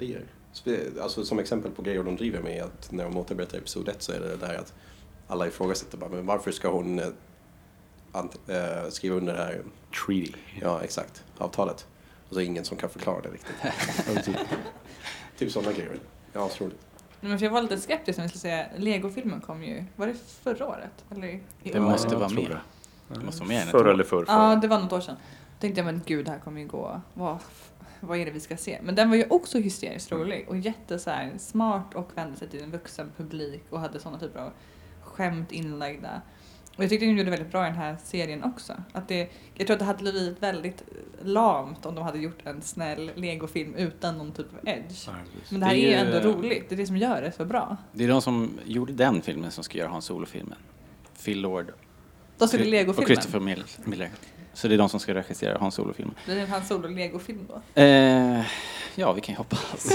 Spe- Alltså som exempel på grejer de driver med, att när de återberättar episod ett så är det det där att alla ifrågasätter bara, men varför ska hon eh, ant- eh, skriva under det här, Treaty. ja exakt, avtalet. Och så är ingen som kan förklara det riktigt. typ, typ sådana grejer. Ja, otroligt. Men för jag var lite skeptisk när jag skulle säga, Lego-filmen kom ju, var det förra året? Eller i Det år? måste jag vara tror med. det. Det måste vara mer än ett Förr år. eller förr. Ja, det var något år sedan. Tänkte jag, men gud, det här kommer ju gå. Vad, vad är det vi ska se? Men den var ju också hysteriskt rolig och jätte så här, smart och vände sig till en vuxen publik och hade sådana typer av skämt inlagda. Och jag tyckte de gjorde väldigt bra i den här serien också. Att det, jag tror att det hade blivit väldigt lamt om de hade gjort en snäll Lego-film utan någon typ av edge. Ja, precis. Men det här Det är ju är ju- ändå roligt. Det är det som gör det så bra. Det är de som gjorde den filmen som ska göra Han Solo-filmen. Phil Lord Då skulle och Lego-filmen. Christopher Mil- Miller. Så det är de som ska regissera Han Solo-filmen. Det är en solo-Lego-film då. Eh, ja, vi kan ju hoppas.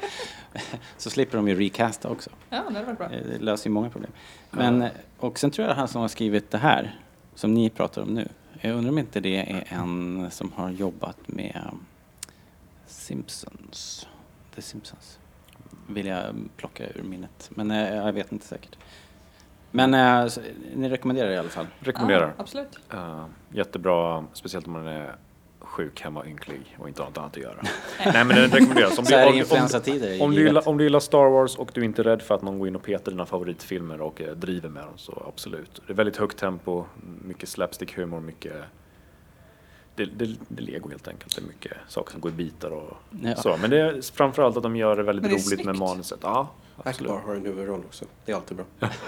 Så slipper de ju recasta också. Ja, det hade varit bra. Eh, Det löser ju många problem. Men, och sen tror jag han som har skrivit det här, som ni pratar om nu. Jag undrar om inte det är en som har jobbat med Simpsons. The Simpsons. Vill jag plocka ur minnet. Men eh, jag vet inte säkert. Men eh, så, ni rekommenderar det i alla fall. Rekommenderar. Ja, absolut. Uh, jättebra, speciellt om man är sjuk hemma och ynklig och inte har något annat att göra. Nej, men den rekommenderas. Om Så här i om, om, influensatider är om, du givet. gillar, om du gillar Star Wars och du är inte rädd för att någon går in och petar dina favoritfilmer och eh, driver med dem, så absolut. Det är väldigt högt tempo, mycket slapstick-humor, mycket... Det, det, det är Lego helt enkelt. Det är mycket saker som går i bitar och Ja. så. Men det är framförallt att de gör det väldigt Men det är roligt med snyggt. manuset. Ja, absolut. Akbar har en huvudroll också. Det är alltid bra.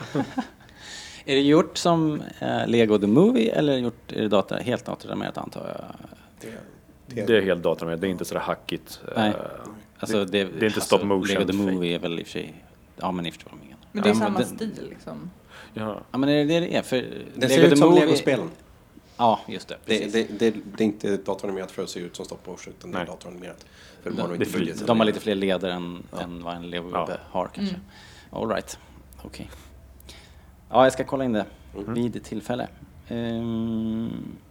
Är det gjort som eh, Lego the Movie eller gjort, är det data, helt datoranimerat antar jag? Det, Det är helt datorn, det är inte sådär hackigt. Nej. eh, Alltså, det, det är inte stop motion. Lego the Movie är väl i och för sig, ja men ni förstår vad jag menar. Men det är Ja, samma den- stil liksom. Ja. Ja men är det det det är? För det ser ut som Lego-spelen. Ja, just det. Det, Precis. det, det, det är inte datoranimerat för att se ut som stop motion, utan det är Nej. datoranimerat. För de De- har nog inte det flyter. budgeten. De har lite fler leder än, Ja. än vad en Lego Ja. har kanske. Mm. All right. Okej. Ja, jag ska kolla in det Mhm. vid tillfälle. Um,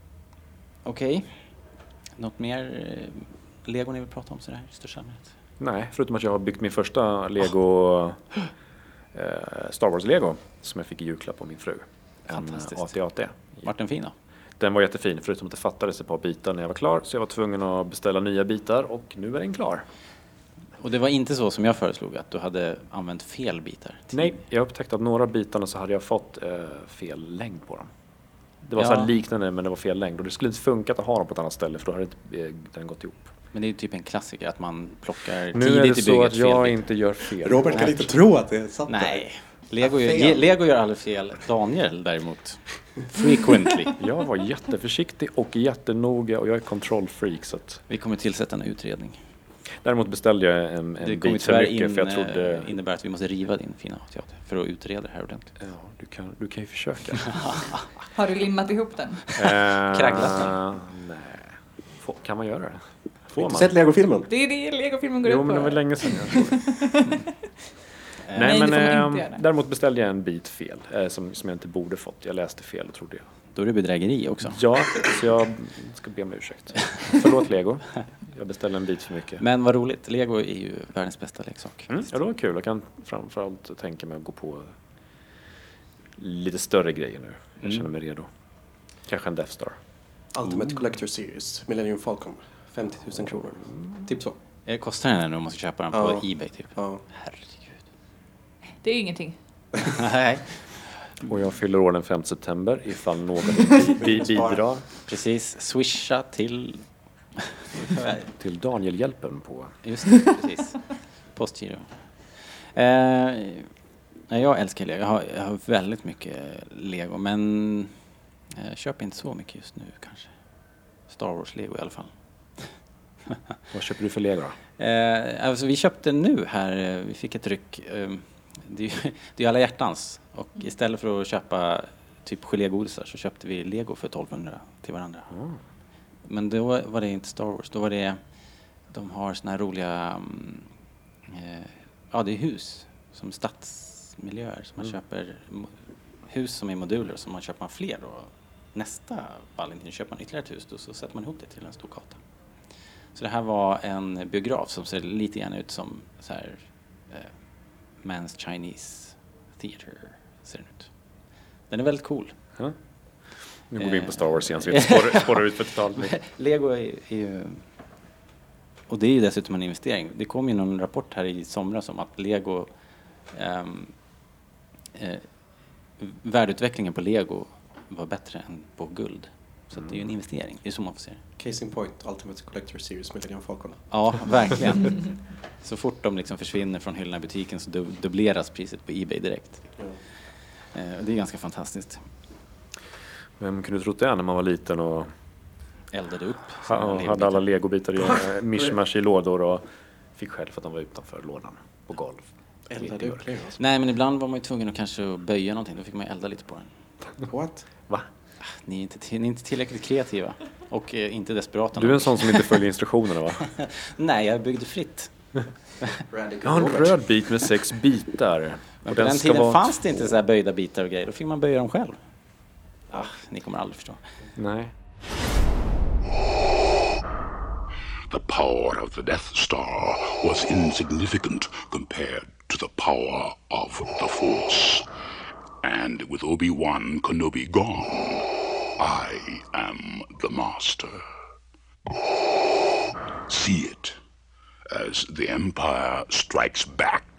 Okej. Något mer eh, Lego ni vill prata om sådär i största allmänhet? Nej, förutom att jag har byggt min första Lego eh, Star Wars Lego som jag fick i julklapp av min fru. En Fantastiskt. A T A T. Vart den fin då? Den var jättefin, förutom att det fattades ett par bitar när jag var klar, så jag var tvungen att beställa nya bitar och nu är den klar. Och det var inte så som jag föreslog, att du hade använt fel bitar? till- Nej, jag upptäckte att några bitarna så hade jag fått eh, fel längd på dem. Det var Ja. så här liknande men det var fel längd och det skulle inte funka att ha dem på ett annat ställe för då hade inte eh, den gått ihop. Men det är ju typ en klassiker att man plockar Nu är tidigt det i så bygget att fel jag bit. inte gör fel. Robert kan Nej. inte tro att det är sant. Nej, Lego Ja, gör, fel. Lego gör aldrig fel. Daniel däremot, frequently. Jag var jätteförsiktig och jättenoga och jag är kontrollfreak så att... Vi kommer tillsätta en utredning. Däremot beställde jag en, Det en kommer bit för tyvärr mycket in, för jag trodde... eh, innebär att vi måste riva din fina teater för att utreda det här ordentligt. Ja, du kan, du kan ju försöka. Har du limmat ihop den? Eh, Kragglat den? Nej. Får, kan man göra det? Har Får inte man? sett Lego-filmen? Det är det Lego-filmen går Jo, ut men på. det var länge sedan jag såg det. Eh, Nej, Nej, men det får man eh, inte göra. däremot beställde jag en bit fel eh, som, som jag inte borde fått. Jag läste fel och trodde jag. Då är det bedrägeri också. Ja, så jag ska be om ursäkt. Förlåt Lego. Jag beställde en bit för mycket. Men vad roligt, Lego är ju världens bästa leksak. Mm, ja, det var kul. Jag kan framförallt tänka mig att gå på lite större grejer nu. Jag Mm. känner mig redo. Kanske en Death Star. Ultimate Collector Series, Millennium Falcon. femtio tusen kronor. Typ så. Eh, Kostar den när du måste köpa den på Ja. eBay typ? Ja. Herregud. Det är ingenting. Nej, Och jag fyller år den femte september ifall någon vill bi- bidra precis. Swisha till... till Danielhjälpen på. Just det, precis. Postgiro. Eh, nej, jag älskar Lego. Jag har, jag har väldigt mycket Lego, men jag köper inte så mycket just nu kanske. Star Wars-Lego i alla fall. Vad köper du för Lego då? Eh, alltså vi köpte nu här, eh, vi fick ett ryck. Eh, det, är ju- det är ju alla hjärtans. Och istället för att köpa typ gelégodisar så köpte vi Lego för tolvhundra till varandra. Mm. Men då var det inte Star Wars, då var det, de har såna här roliga, mm, eh, ja det är hus som stadsmiljöer som man Mm. köper, mo- hus som är moduler som man köper man fler och nästa Valentin köper man ytterligare ett hus och så sätter man ihop det till en stor gata. Så det här var en biograf som ser lite grann ut som så här, eh, Man's Chinese Theater ser den ut. Den är väldigt cool. Ja. Nu går vi in på Star Wars igen så vi inte spårar, spårar ut för totalt. Lego är, är ju... Och det är ju dessutom en investering. Det kom ju någon rapport här i somras om att Lego... Um, eh, värdeutvecklingen på Lego var bättre än på guld. Så mm. det är ju en investering. Det är så man får se det. Case in point, Ultimate Collector Series Millennium Falcon. Ja, verkligen. Så fort de liksom försvinner från hyllorna i butiken så dub- dubbleras priset på eBay direkt. Ja. Eh, det är ganska fantastiskt. Vem kunde trott det när man var liten och Eldade upp. ha, hade alla legobitar i mishmash i lådor och fick själv för att de var utanför lådan på golv. Eldade upp Lego. Nej, men ibland var man ju tvungen att kanske böja någonting. Då fick man elda lite på den. What? Va? Ni är inte, till, ni är inte tillräckligt kreativa. Och eh, inte desperata. Du är en sån som inte följer instruktionerna, va? Nej, jag byggde fritt. Jag har en röd bit med sex bitar. Men och på den den ska tiden vara... fanns det inte så här böjda bitar och grejer. Då fick man böja dem själv. Ah, ni kommer aldrig förstå. Nej. The power of the Death Star was insignificant compared to the power of the Force. And with Obi-Wan Kenobi gone, I am the Master. See it as the Empire strikes back.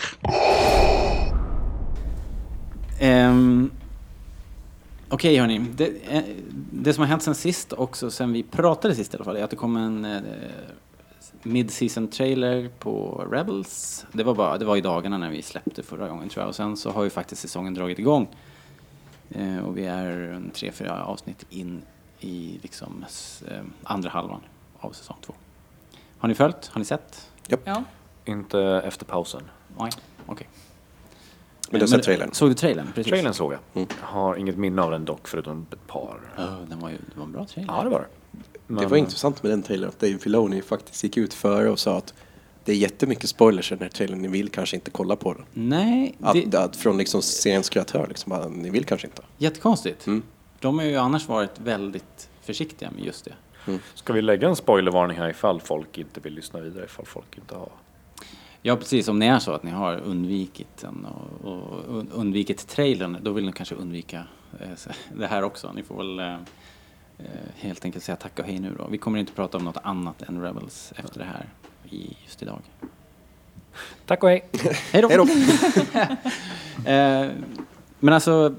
Um, Okej okay, hörni, det, eh, det som har hänt sen sist också, sen vi pratade sist i alla fall, är att det kom en eh, mid-season trailer på Rebels. Det var bara, det var i dagarna när vi släppte förra gången tror jag, och sen så har ju faktiskt säsongen dragit igång. Eh, och vi är tre, fyra avsnitt in i liksom eh, andra halvan av säsong två. Har ni följt? Har ni sett? Yep. Ja. Inte efter pausen. Nej, okej. Okay. Men du har sett trailern? Såg du trailern? Precis. Trailern såg jag. Mm. Jag har inget minne av den dock, förutom ett par. Oh, den var ju det var en bra trailer. Ja, det var det. Men... Det var intressant med den trailern att Dave Filoni faktiskt gick ut före och sa att det är jättemycket spoilers i den här trailern, ni vill kanske inte kolla på den. Nej. Att, Det... att från liksom seriens kreatör, liksom, att ni vill kanske inte. Jättekonstigt. Mm. De har ju annars varit väldigt försiktiga med just det. Mm. Ska vi lägga en spoilervarning här ifall folk inte vill lyssna vidare, ifall folk inte har... Ja, precis. Om det är så att ni har undvikit den och, och undvikit trailern, då vill ni kanske undvika eh, det här också. Ni får väl eh, helt enkelt säga tack och hej nu då. Vi kommer inte prata om något annat än Rebels efter det här i just idag. Tack och hej! Hej då! Hej då! eh, men alltså,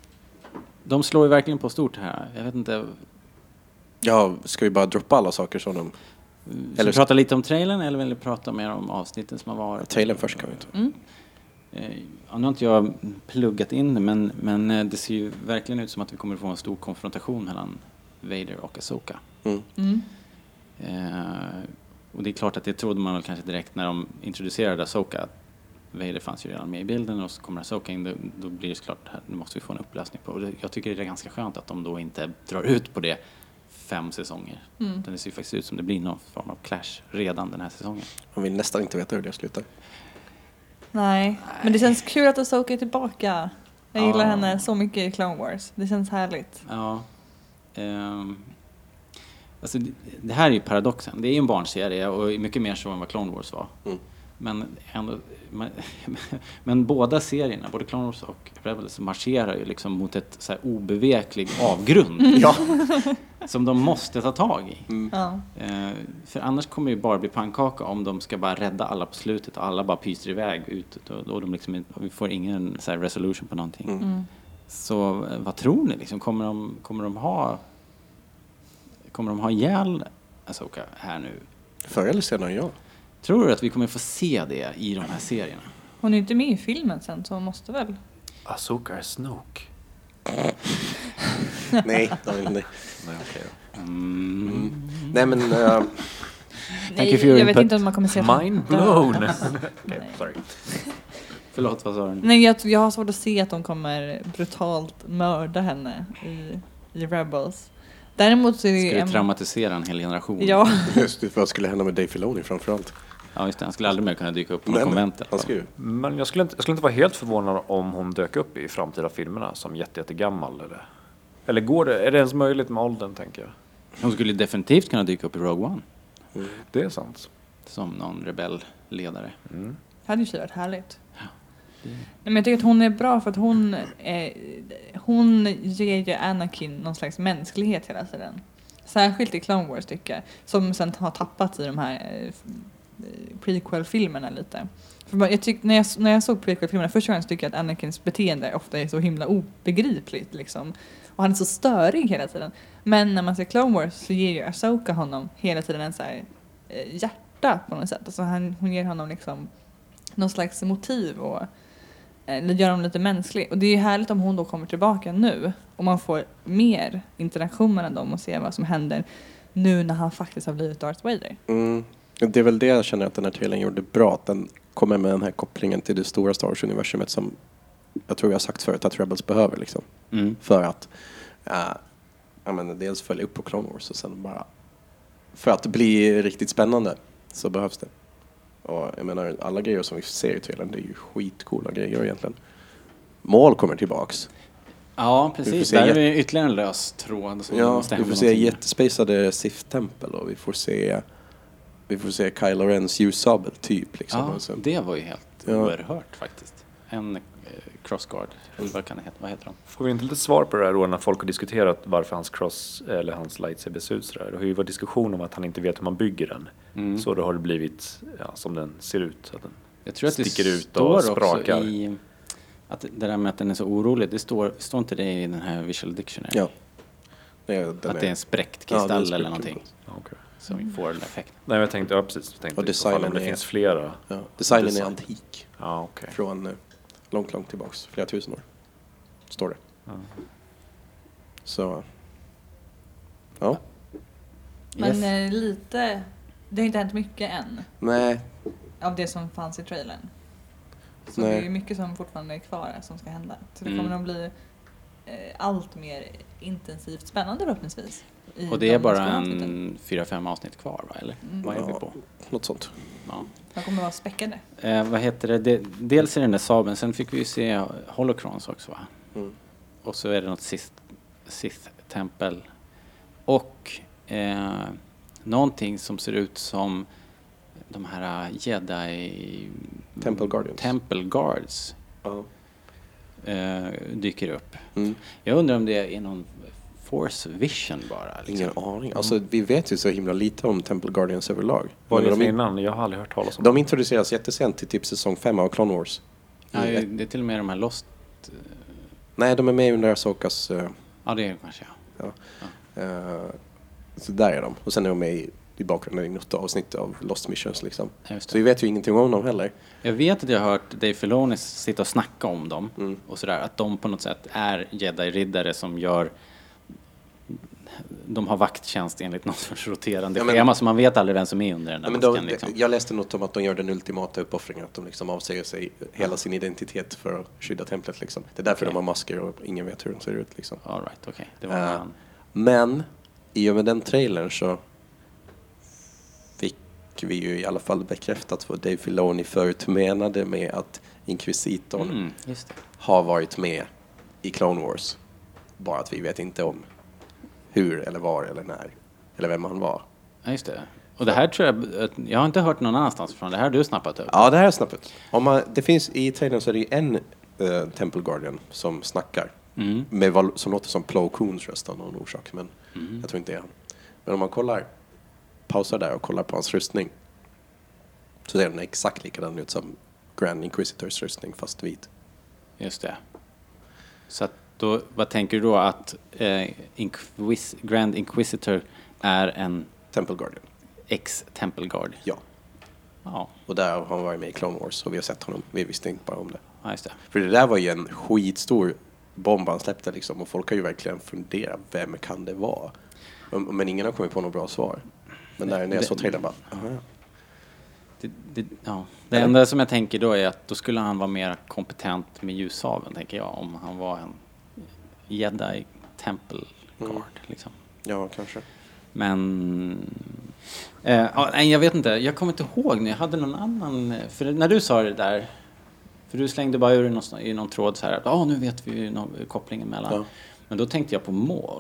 de slår ju verkligen på stort här. Jag vet inte... Ja, ska vi bara droppa alla saker som de... Ska vi prata lite om trailern eller vill vi prata mer om avsnitten som har varit? Trailern först kan vi ta. Mm. Eh, ja, nu har inte jag pluggat in det, men, men eh, det ser ju verkligen ut som att vi kommer att få en stor konfrontation mellan Vader och Ahsoka. Mm. Mm. Eh, och det är klart att det trodde man väl kanske direkt när de introducerade Ahsoka. Vader fanns ju redan med i bilden och så kommer Ahsoka in, då, då blir det såklart här, nu måste vi få en upplösning på. Och det, jag tycker det är ganska skönt att de då inte drar ut på det fem säsonger. Mm. Utan det ser ju faktiskt ut som det blir någon form av clash redan den här säsongen. Man vill nästan inte veta hur det slutar. Nej, men det känns kul att Ahsoka är tillbaka. Jag gillar Ja. henne så mycket i Clone Wars. Det känns härligt. Ja. Ehm, alltså det, det här är ju paradoxen. Det är ju en barnserie och mycket mer så än vad Clone Wars var. Mm. Men, ändå, men, men båda serierna, både Clone Wars och Rebels, marscherar ju liksom mot ett så här obeveklig avgrund. Ja. Som de måste ta tag i. Mm. Ja. Ehm, för annars kommer det ju bara bli pannkaka om de ska bara rädda alla på slutet och alla bara pyser iväg ut och, och, de liksom, och vi får ingen så här resolution på någonting. Mm. Mm. Så eh, vad tror ni? Liksom, kommer, de, kommer de ha kommer de ha ihjäl Ahsoka här nu? Förr eller senare, ja. Tror du att vi kommer få se det i de här serierna? Hon är inte med i filmen sen, så hon måste väl. Ahsoka är Snoke. Nej, nej, nej. Nej, okej då. Mm. Mm. Nej, men... Uh, Thank you for your jag vet input. inte om man kommer se att Mind de blown! dödas. Okay, Nej. sorry. Förlåt, vad sa du? Nej, jag, jag har svårt att se att de kommer brutalt mörda henne i, i Rebels. Däremot så är det Ska du en- traumatisera en hel generation? Ja, just det, vad skulle hända med Dave Filoni framförallt? Ja, just det. Han skulle aldrig mer kunna dyka upp på Nej, någon men konvent. han ska ju... Men jag skulle, inte, jag skulle inte vara helt förvånad om hon dök upp i framtida filmerna som jätte, jättegammal. Eller, eller går det, är det ens möjligt med åldern, tänker jag? Hon skulle definitivt kunna dyka upp i Rogue One. Mm. Det är sant. Som någon rebellledare. Mm. Det hade ju varit härligt. Nej, men jag tycker att hon är bra för att hon, eh, hon ger ju Anakin någon slags mänsklighet hela tiden. Särskilt i Clone Wars tycker jag. Som sen har tappat i de här eh, prequel-filmerna lite. För jag tyck, när, jag, när jag såg prequel-filmerna första gången så tycker jag att Anakins beteende ofta är så himla obegripligt. Liksom. Och han är så störig hela tiden. Men när man ser Clone Wars så ger ju Ahsoka honom hela tiden en så här, eh, hjärta på något sätt. Alltså han, hon ger honom liksom någon slags motiv och eh, gör honom lite mänsklig. Och det är ju härligt om hon då kommer tillbaka nu och man får mer interaktion mellan dem och ser vad som händer nu när han faktiskt har blivit Darth Vader. Mm. Det är väl det jag känner att den här trailern gjorde bra. Att den kommer med den här kopplingen till det stora Star Wars-universumet som jag tror jag har sagt förut att Rebels behöver. Liksom. Mm. För att äh, jag menar, dels följa upp på Clone Wars och sen bara för att det blir riktigt spännande så behövs det. Och jag menar, alla grejer som vi ser i trailern, det är ju skitcoola grejer egentligen. Maul kommer tillbaks. Ja, Vi precis. får se Där är jätte- det ytterligare en lös tråd. Som Ja, måste vi hända får se någonting. jättespacade Sith-tempel och vi får se vi får se Kylo Rens ljussabel typ liksom. Ja, Och så- det var ju helt Ja. oerhört faktiskt. En eh, crossguard, eller vad kan det heta? Vad heter de? Får vi inte lite svar på det här då när folk har diskuterat varför hans cross eller hans lightsaber ser ut sådär? Det har ju varit diskussion om att han inte vet hur man bygger den. Mm. Så då har det blivit ja, som den ser ut. Att den Jag tror att det sticker ut står och sprakar. också i att det där med att den är så orolig, det står, står inte det i den här Visual Dictionary? Ja. Det är, den Att det är en spräckt Ja, det är kristall en spräckt eller någonting kristall. Ja, okej. som får den effekten. Nej, men jag tänkte, ja precis. Jag tänkte Och i så fall designen om det är- finns flera. Ja. Designen Design. är antik. Ja, okej. Från eh, långt, långt tillbaks. Flera tusen år. Står det. Ja. Så. Ja. Men Yes. eh, lite, det har inte hänt mycket än Nej. av det som fanns i trailern. Så Nej. det är ju mycket som fortfarande är kvar som ska hända. Så det Mm. kommer nog bli eh, allt mer intensivt spännande förhoppningsvis. i Och det är de bara nästa avsnitten. en fyra, fem avsnitt kvar, va? Eller? Mm. Vad är vi Ja. på? Något sånt. Ja. De kommer vara späckade. Eh, vad heter det? det? Dels är den där sabeln, sen fick vi ju se Holocrons också, va? Mm. Och så är det något Sith- Sith-tempel. Och eh, någonting som ser ut som de här Jedi... Temple Guardians. Temple Guards Ja. eh, dyker upp. Mm. Jag undrar om det är någon Force Vision bara. Liksom. Ingen aning. Alltså vi vet ju så himla lite om Temple Guardians överlag. Vad är Men det för de, innan? Jag har aldrig hört talas om de introduceras jättesent i typ säsong fem av Clone Wars. Ja, Mm. det är till och med de här Lost... eh, Nej, de är med under Ahsokas... Uh, Ja, det är det kanske, ja. uh, så där är de. Och sen är de med i, i bakgrunden i något avsnitt av Lost Missions liksom. Ja, just Så vi det. vet ju ingenting om dem heller. Jag vet att jag har hört Dave Filoni sitta och snacka om dem. Mm. Och sådär, att de på något sätt är Jedi-riddare som gör... De har vakttjänst enligt något sorts roterande Ja, men- schema, så man vet aldrig vem som är under den där Ja, men då, masken. Liksom. Jag läste något om att de gör den ultimata uppoffringen, att de liksom avsäger sig hela sin identitet för att skydda templet. Liksom. Det är därför Okej. de har masker och ingen vet hur de ser ut. Liksom. All right, okej. Det var Eh, när han... Men i och med den trailern så fick vi ju i alla fall bekräftat vad Dave Filoni förut menade med att Inquisitorn Mm, just det. har varit med i Clone Wars. Bara att vi vet inte om hur eller var eller när eller vem han var. Ja, just det. Och det här tror jag... att- Jag har inte hört någon annanstans från. Det här har du snappat upp. Ja, det här är snabbt. Om man, det finns i trailern så är det ju en uh, Temple Guardian som snackar. Mm. Med vad som låter som Plo Koons röst av någon orsak. Men Mm. jag tror inte det är han. Men om man kollar, pausar där och kollar på hans rustning. Så ser den exakt likadan ut som Grand Inquisitors rustning fast vit. Just det. Så att då, vad tänker du då att eh, Inquis- Grand Inquisitor är en Temple Guardian. ex-Temple Guard? Ja. Ja, Och där har han varit med i Clone Wars och vi har sett honom. Vi visste inte bara om det. ja, just det. För det där var ju en skitstor bomb han släppte liksom. Och folk har ju verkligen funderat, vem kan det vara? Men, men ingen har kommit på något bra svar. Men när, när jag Det- såg trailern bara, aha. Det, det, ja. det enda som jag tänker då är att då skulle han vara mer kompetent med ljussaveln, tänker jag, om han var en Jedi Temple Guard. Mm. Liksom. Ja, kanske. Men... Eh, ja, nej, jag vet inte. Jag kommer inte ihåg när jag hade någon annan... För när du sa det där... För du slängde bara ur någon, i någon tråd så här att ah, nu vet vi ju någon, kopplingen mellan. Ja. Men då tänkte jag på mål.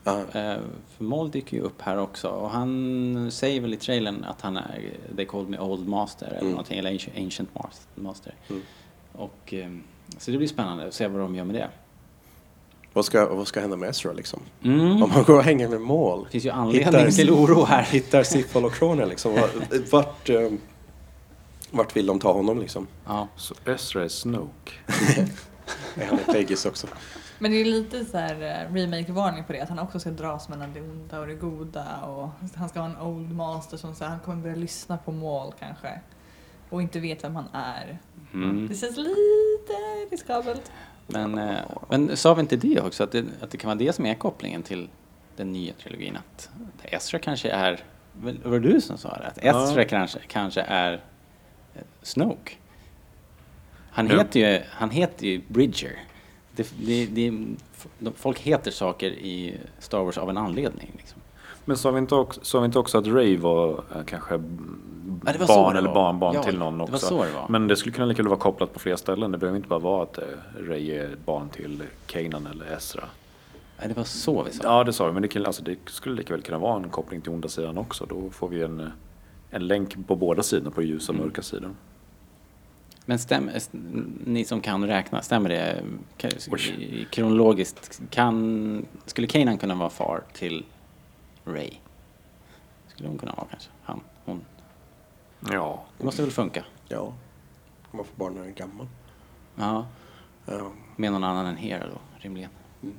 Ja. Eh, för Maul dyker ju upp här också. Och han säger väl i trailern att han är, they called me old master eller Mm. någonting, eller ancient, ancient master. Mm. Och, eh, så det blir spännande att se vad de gör med det. Vad ska, vad ska hända med Ezra liksom? Mm. Om man går och hänger med Maul. Det finns ju anledning till oro här. Hittar Sith Holocronen liksom. Vart, eh, vart vill de ta honom liksom? Ja. Så Ezra är Snoke. Är han i Plagueis också? Men det är lite så här uh, remake-varning på det. Att han också ska dras mellan det onda och det goda. Och han ska ha en old master som så här, han kommer börja lyssna på Maul kanske. Och inte vet vem han är. Mm. Det känns lite riskabelt. Men, eh, men sa vi inte det också? Att det, att det kan vara det som är kopplingen till den nya trilogin. Att Ezra kanske är... Var det du som sa det? Att Ezra Ja. kanske, kanske är eh, Snoke. Han Ja. heter ju, han heter ju Bridger. Det, det, det, de, folk heter saker i Star Wars av en anledning. Liksom. Men sa vi inte också, sa vi inte också att Rey var eh, kanske Ja, det var så barn det eller var. barnbarn Ja, till någon det var också? så det var. Men det skulle kunna lika väl vara kopplat på flera ställen. Det behöver inte bara vara att eh, Rey är ett barn till Kanan eller Ezra. Nej, det var så vi sa. Ja, det sa vi. Men det, kan, alltså, det skulle lika väl kunna vara en koppling till onda sidan också. Då får vi en, en länk på båda sidorna, på ljusa och Mm. mörka sidan. Men stäm, ni som kan räkna, stämmer det Kan- Oj. kronologiskt? Kan, skulle Kanan kunna vara far till Rey? Skulle hon kunna vara kanske? Han, hon. Ja. Det måste väl funka? Ja. Man får barn när den är gammal. Ja, Ja. med någon annan än Hera då, rimligen. Mm.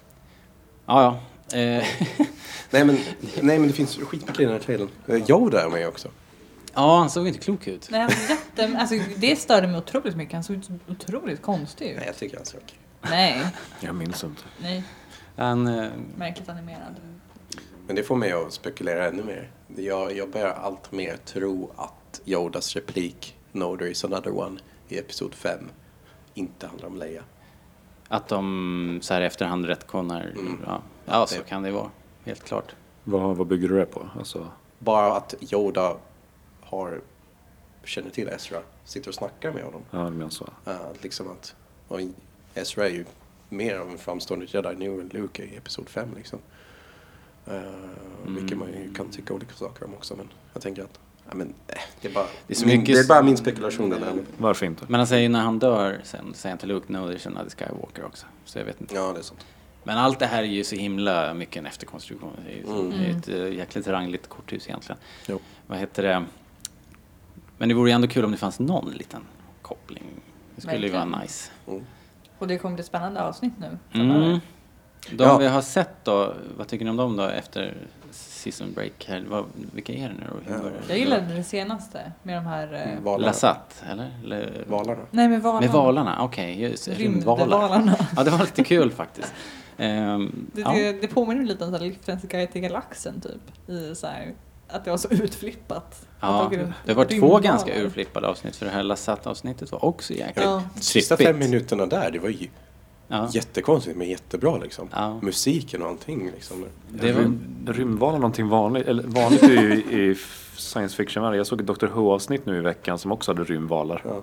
Ja, ja. Eh, Nej, men, nej men det finns skitmycket i den här trailern. Eh, Yoda är med också. ja, han såg inte klok ut. Nej, han såg jätte, alltså, det störde mig otroligt mycket. Han såg otroligt konstig ut. Nej, jag tycker han ser okej. Nej, Jag minns inte. nej. Han, eh, Märkligt animerad. Men det får mig att spekulera ännu mer. Jag, jag börjar allt mer tro att Yodas replik No, there is another one i episod fem inte handlar om Leia. att de så här efterhand retconar. Mm. Ja, ja, så kan det vara. Helt klart. Vad, vad bygger du det på? Alltså, Bara att Yoda har, känner till Ezra, sitter och snackar med honom. ja, det menar så. Uh, liksom att, och Ezra är ju mer av en framstående Jedi nu än Luke i episod fem liksom. Uh, Mm. Vilket man ju kan tycka olika saker om också, men jag tänker att ja, men, eh, det, är bara, Det är så min, mycket- det är bara min spekulation den här. Varför inte? Men han säger när han dör sen, säger han till Luke, no, there's another Skywalker också. Så jag vet inte. Ja, det är sant. Men allt det här är ju så himla mycket en efterkonstruktion. Det är ju så, Mm. det är ett uh, jäkligt rangligt korthus egentligen. Jo. Vad heter det? Men det vore ju ändå kul om det fanns någon liten koppling. Det skulle ju Verkligen. vara nice. Mm. Och det kommer bli spännande avsnitt nu. Mm. De Ja. vi har sett då, vad tycker ni om dem då efter season break här? Vad, vilka är det nu då? Hur Ja. börjar det? Jag gillade det senaste med de här... eh, Valarna. Lasat, eller? eller? Valarna. Nej, med valarna. Med valarna, okej. Okay. Rymdvalar. Rymdvalarna. Ja, det var lite kul faktiskt. Ehm, Det, ja. det, det påminner lite om så här Livsens guide till galaxen typ. I så här, att det var så utflippat. Ja, Att åka runt det var två rymdvalar. ganska urflippade avsnitt, för det här Lasat-avsnittet var också jäkligt Ja. Sista trippigt. fem minuterna där, det var ju Ja. jättekonstigt men jättebra liksom. Ja. Musiken och allting liksom. Det var, Rym, rymdval är någonting vanligt, eller vanligt i, i science fiction. Jag såg ett Doctor Who-avsnitt nu i veckan som också hade rymdvalar. Ja.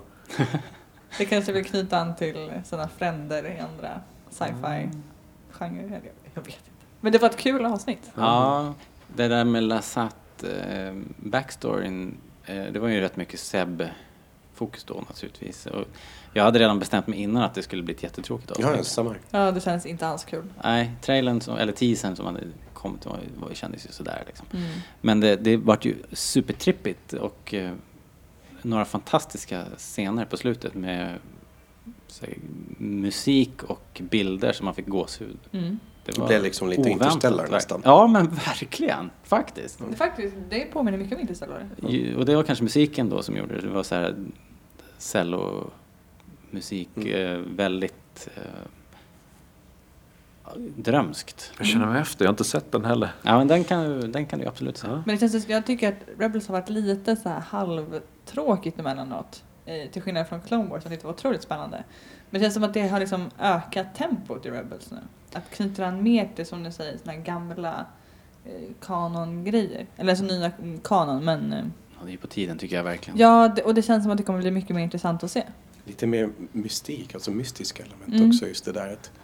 Det kanske vill knyta an till sådana fränder i andra sci-fi-genrer. Jag, jag vet inte. Men det var ett kul avsnitt. ja, det där med Lasat eh, backstoryn, eh, det var ju rätt mycket Seb-fokus då naturligtvis. Och jag hade redan bestämt mig innan att det skulle bli ett jättetråkigt avsnitt. Ja, samma här. Ja, det känns inte alls kul. Nej, trailern, som, eller teasern som hade kommit var, var, kändes ju sådär liksom. Mm. Men det, det var ju supertrippigt och eh, några fantastiska scener på slutet med så, här, musik och bilder som man fick gåshud. Mm. Det blev liksom lite oväntat, Interstellar verkligen. nästan. Ja, men verkligen, faktiskt. Det, faktiskt, det påminner mycket om Interstellar. Ju- Och det var kanske musiken då som gjorde det. Det var så här cello-musik, Mm. eh, väldigt eh, drömskt. Jag känner mig efter, jag har inte sett den heller. Ja, men den kan, du- den kan du absolut säga. Ja. Men det känns, jag tycker att Rebels har varit lite så här halvtråkigt emellanåt. Eh, till skillnad från Clone Wars som det var otroligt spännande. Men det känns som att det har liksom ökat tempot i Rebels nu. Att knyta an mer till, som du säger, såna här gamla eh, kanongrejer. Eller alltså nya mm, kanon, men... Eh, Ja, det är på tiden tycker jag verkligen. ja, det, och det känns som att det kommer bli mycket mer intressant att se. Lite mer mystik, alltså mystiska element Mm. också. Just det där att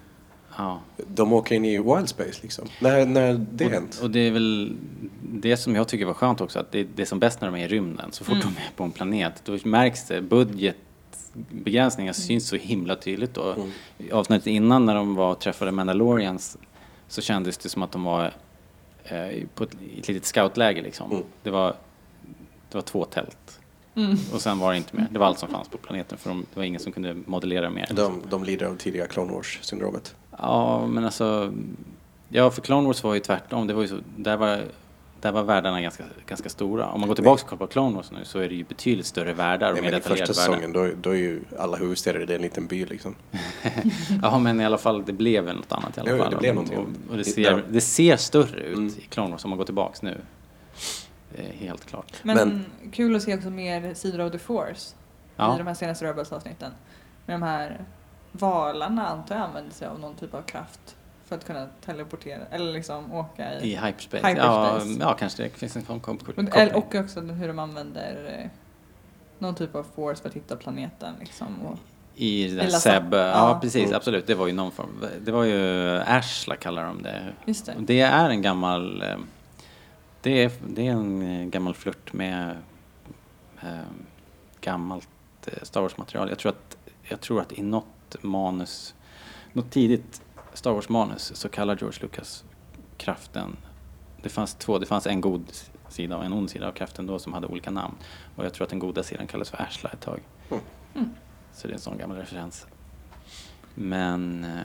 Ja. De åker in i wild space liksom. När, när det Och, hänt? och det är väl det som jag tycker var skönt också, att det, det är som bäst när de är i rymden. Så fort Mm. de är på en planet, då märks det, budgetbegränsningar syns så himla tydligt. Och Mm. i avsnittet innan när de var och träffade Mandalorians så kändes det som att de var eh, på ett, i ett litet scoutläge liksom. Mm. Det var, det var två tält. Mm. Och sen var det inte mer. Det var allt som fanns på planeten, för de, det var ingen som kunde modellera mer. De, de lider av tidiga Clone Wars-syndromet. Ja, men alltså... Ja, för Clone Wars var ju tvärtom. Det var ju så, där, var, där var världarna ganska, ganska stora. Om man går tillbaka och kollar på Clone Wars nu så är det ju betydligt större världar och Nej, mer men i första detaljerade världar. säsongen, då, då är ju alla huvudstäder, det är en liten by liksom. Ja, men i alla fall, det blev väl något annat i alla Jo, fall. det blev någonting. Och, och det, ser, det ser större ut Mm. i Clone Wars om man går tillbaks nu. Det är helt klart. Men, Men- kul att se också mer sidor av The Force Ja. i de här senaste Rebels-avsnitten. Med de här valarna antar jag använder sig av någon typ av kraft för att kunna teleportera eller liksom åka i... I hyperspace. Hyperspace. Ja, ja, kanske det finns en sån kom- Och, koppling. och också hur de använder eh, någon typ av force för att hitta planeten liksom. Och, I det där Eller så- Seb. Ja, ja. precis. Mm. Absolut. Det var ju någon form. Det var ju Ashla kallar de det. just det. Och det är en gammal... eh, Det är, det är en eh, gammal flört med eh, gammalt eh, Star Wars-material. Jag tror att, jag tror att i något manus, något tidigt Star Wars-manus så kallar George Lucas kraften... Det fanns två. Det fanns en god sida och en ond sida av kraften då som hade olika namn. Och jag tror att den goda sidan kallas för Ashla ett tag. Mm. Mm. Så det är en sån gammal referens. Men... Eh,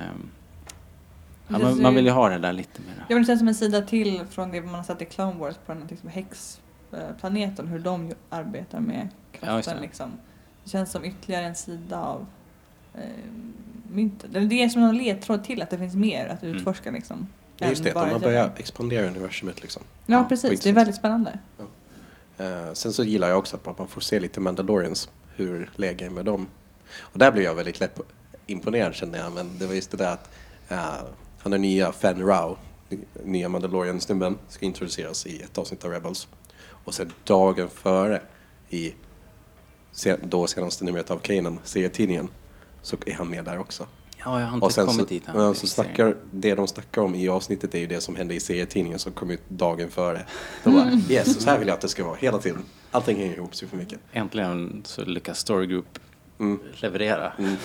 ja, Det man, ser- man vill ju ha det där lite mer. Jag vill säga som en sida till från det man har sett i Clone Wars på den här liksom häxplaneten, hur de ju arbetar med Ja, just kraften det. liksom. Det känns som ytterligare en sida av eh, myntet. Eller det är som en ledtråd till att det finns mer att Mm. utforska liksom. Ja, just än det, bara de har Jedi. börjat expandera universumet liksom. Ja, Ja, precis. Det är intressant. väldigt spännande. Eh, sen så gillar jag också att man får se lite Mandalorians, hur läget är med dem. Och där blev jag väldigt lätt imponerad känner jag, men det var just det där att uh, han är nya Fan Rao, nya Mandalorian-snubben, ska introduceras i ett avsnitt av Rebels. Och sen dagen före i sen, då senaste numret av Kanan, serietidningen, så är han med där också. Ja, jag har Och inte sen så, kommit dit. ja, så snackar, det de snackar om i avsnittet är ju det som hände i serietidningen som kom ut dagen före. Då bara, yes, så här vill jag att det ska vara hela tiden. Allting hänger ihop så för mycket. Äntligen så lyckas Story Group Mm. leverera. Mm.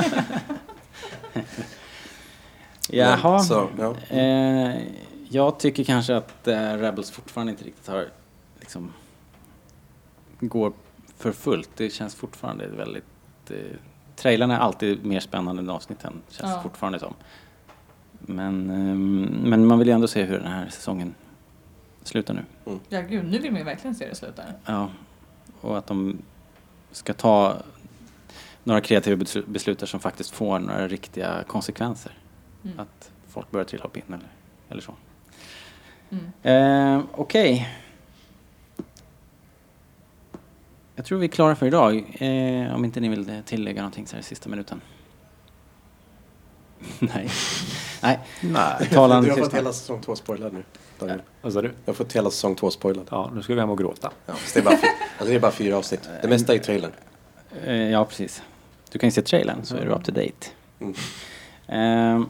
Jaha. Men, så, ja. Eh, jag tycker kanske att eh, Rebels fortfarande inte riktigt har liksom går för fullt. Det känns fortfarande väldigt... Eh, trailarna är alltid mer spännande än avsnitten, känns Ja. det fortfarande som. Men, ehm, men man vill ju ändå se hur den här säsongen slutar nu. Ja, gud, nu vill man ju verkligen se det sluta. Ja, och att de ska ta några kreativa beslu- beslut som faktiskt får några riktiga konsekvenser. Mm. Att folk börjar trilla upp in eller, eller så. Mm. Eh, Okej. Jag tror vi är klara för idag. Eh, om inte ni vill tillägga någonting så här i sista minuten. Nej. Nej. Nej. Talande Du har fått tystnad. hela säsong två spoilad nu, Daniel. Vad sa du? Jag har fått hela säsong två spoilad. Ja, nu ska vi hem och gråta. Ja, så det, är bara, fy- alltså det är bara fyra avsnitt. Det mesta är i trailern. Eh, ja, precis. Du kan ju se trailern så är du up to date. Mm. Eh,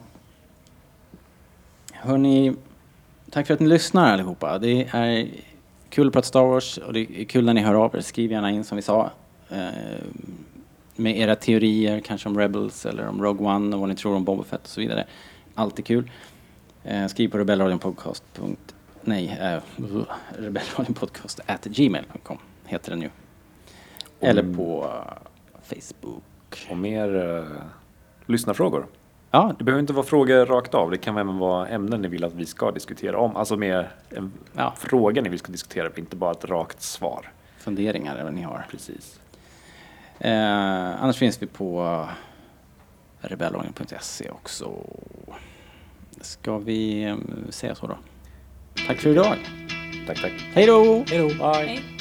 hörni, tack för att ni lyssnar allihopa. Det är kul att prata Star Wars och det är kul när ni hör av er. Skriv gärna in som vi sa. Eh, med era teorier, kanske om Rebels eller om Rogue One och vad ni tror om Boba Fett och så vidare. Alltid kul. Eh, skriv på rebellradionpodcast. Nej, eh, rebellradionpodcast at gmail dot com heter den ju. Eller på Facebook. Och mer uh, lyssnarfrågor. Ja, Det behöver inte vara frågor rakt av. Det kan även vara ämnen ni vill att vi ska diskutera om. Alltså mer en Ja. fråga ni vill ska diskutera, inte bara ett rakt svar. funderingar eller vad ni har. Precis. Eh, annars finns vi på rebellradion punkt se också. Ska vi eh, säga så då? Tack för idag. Tack, tack. Hej då! Hej då. Bye. Hej.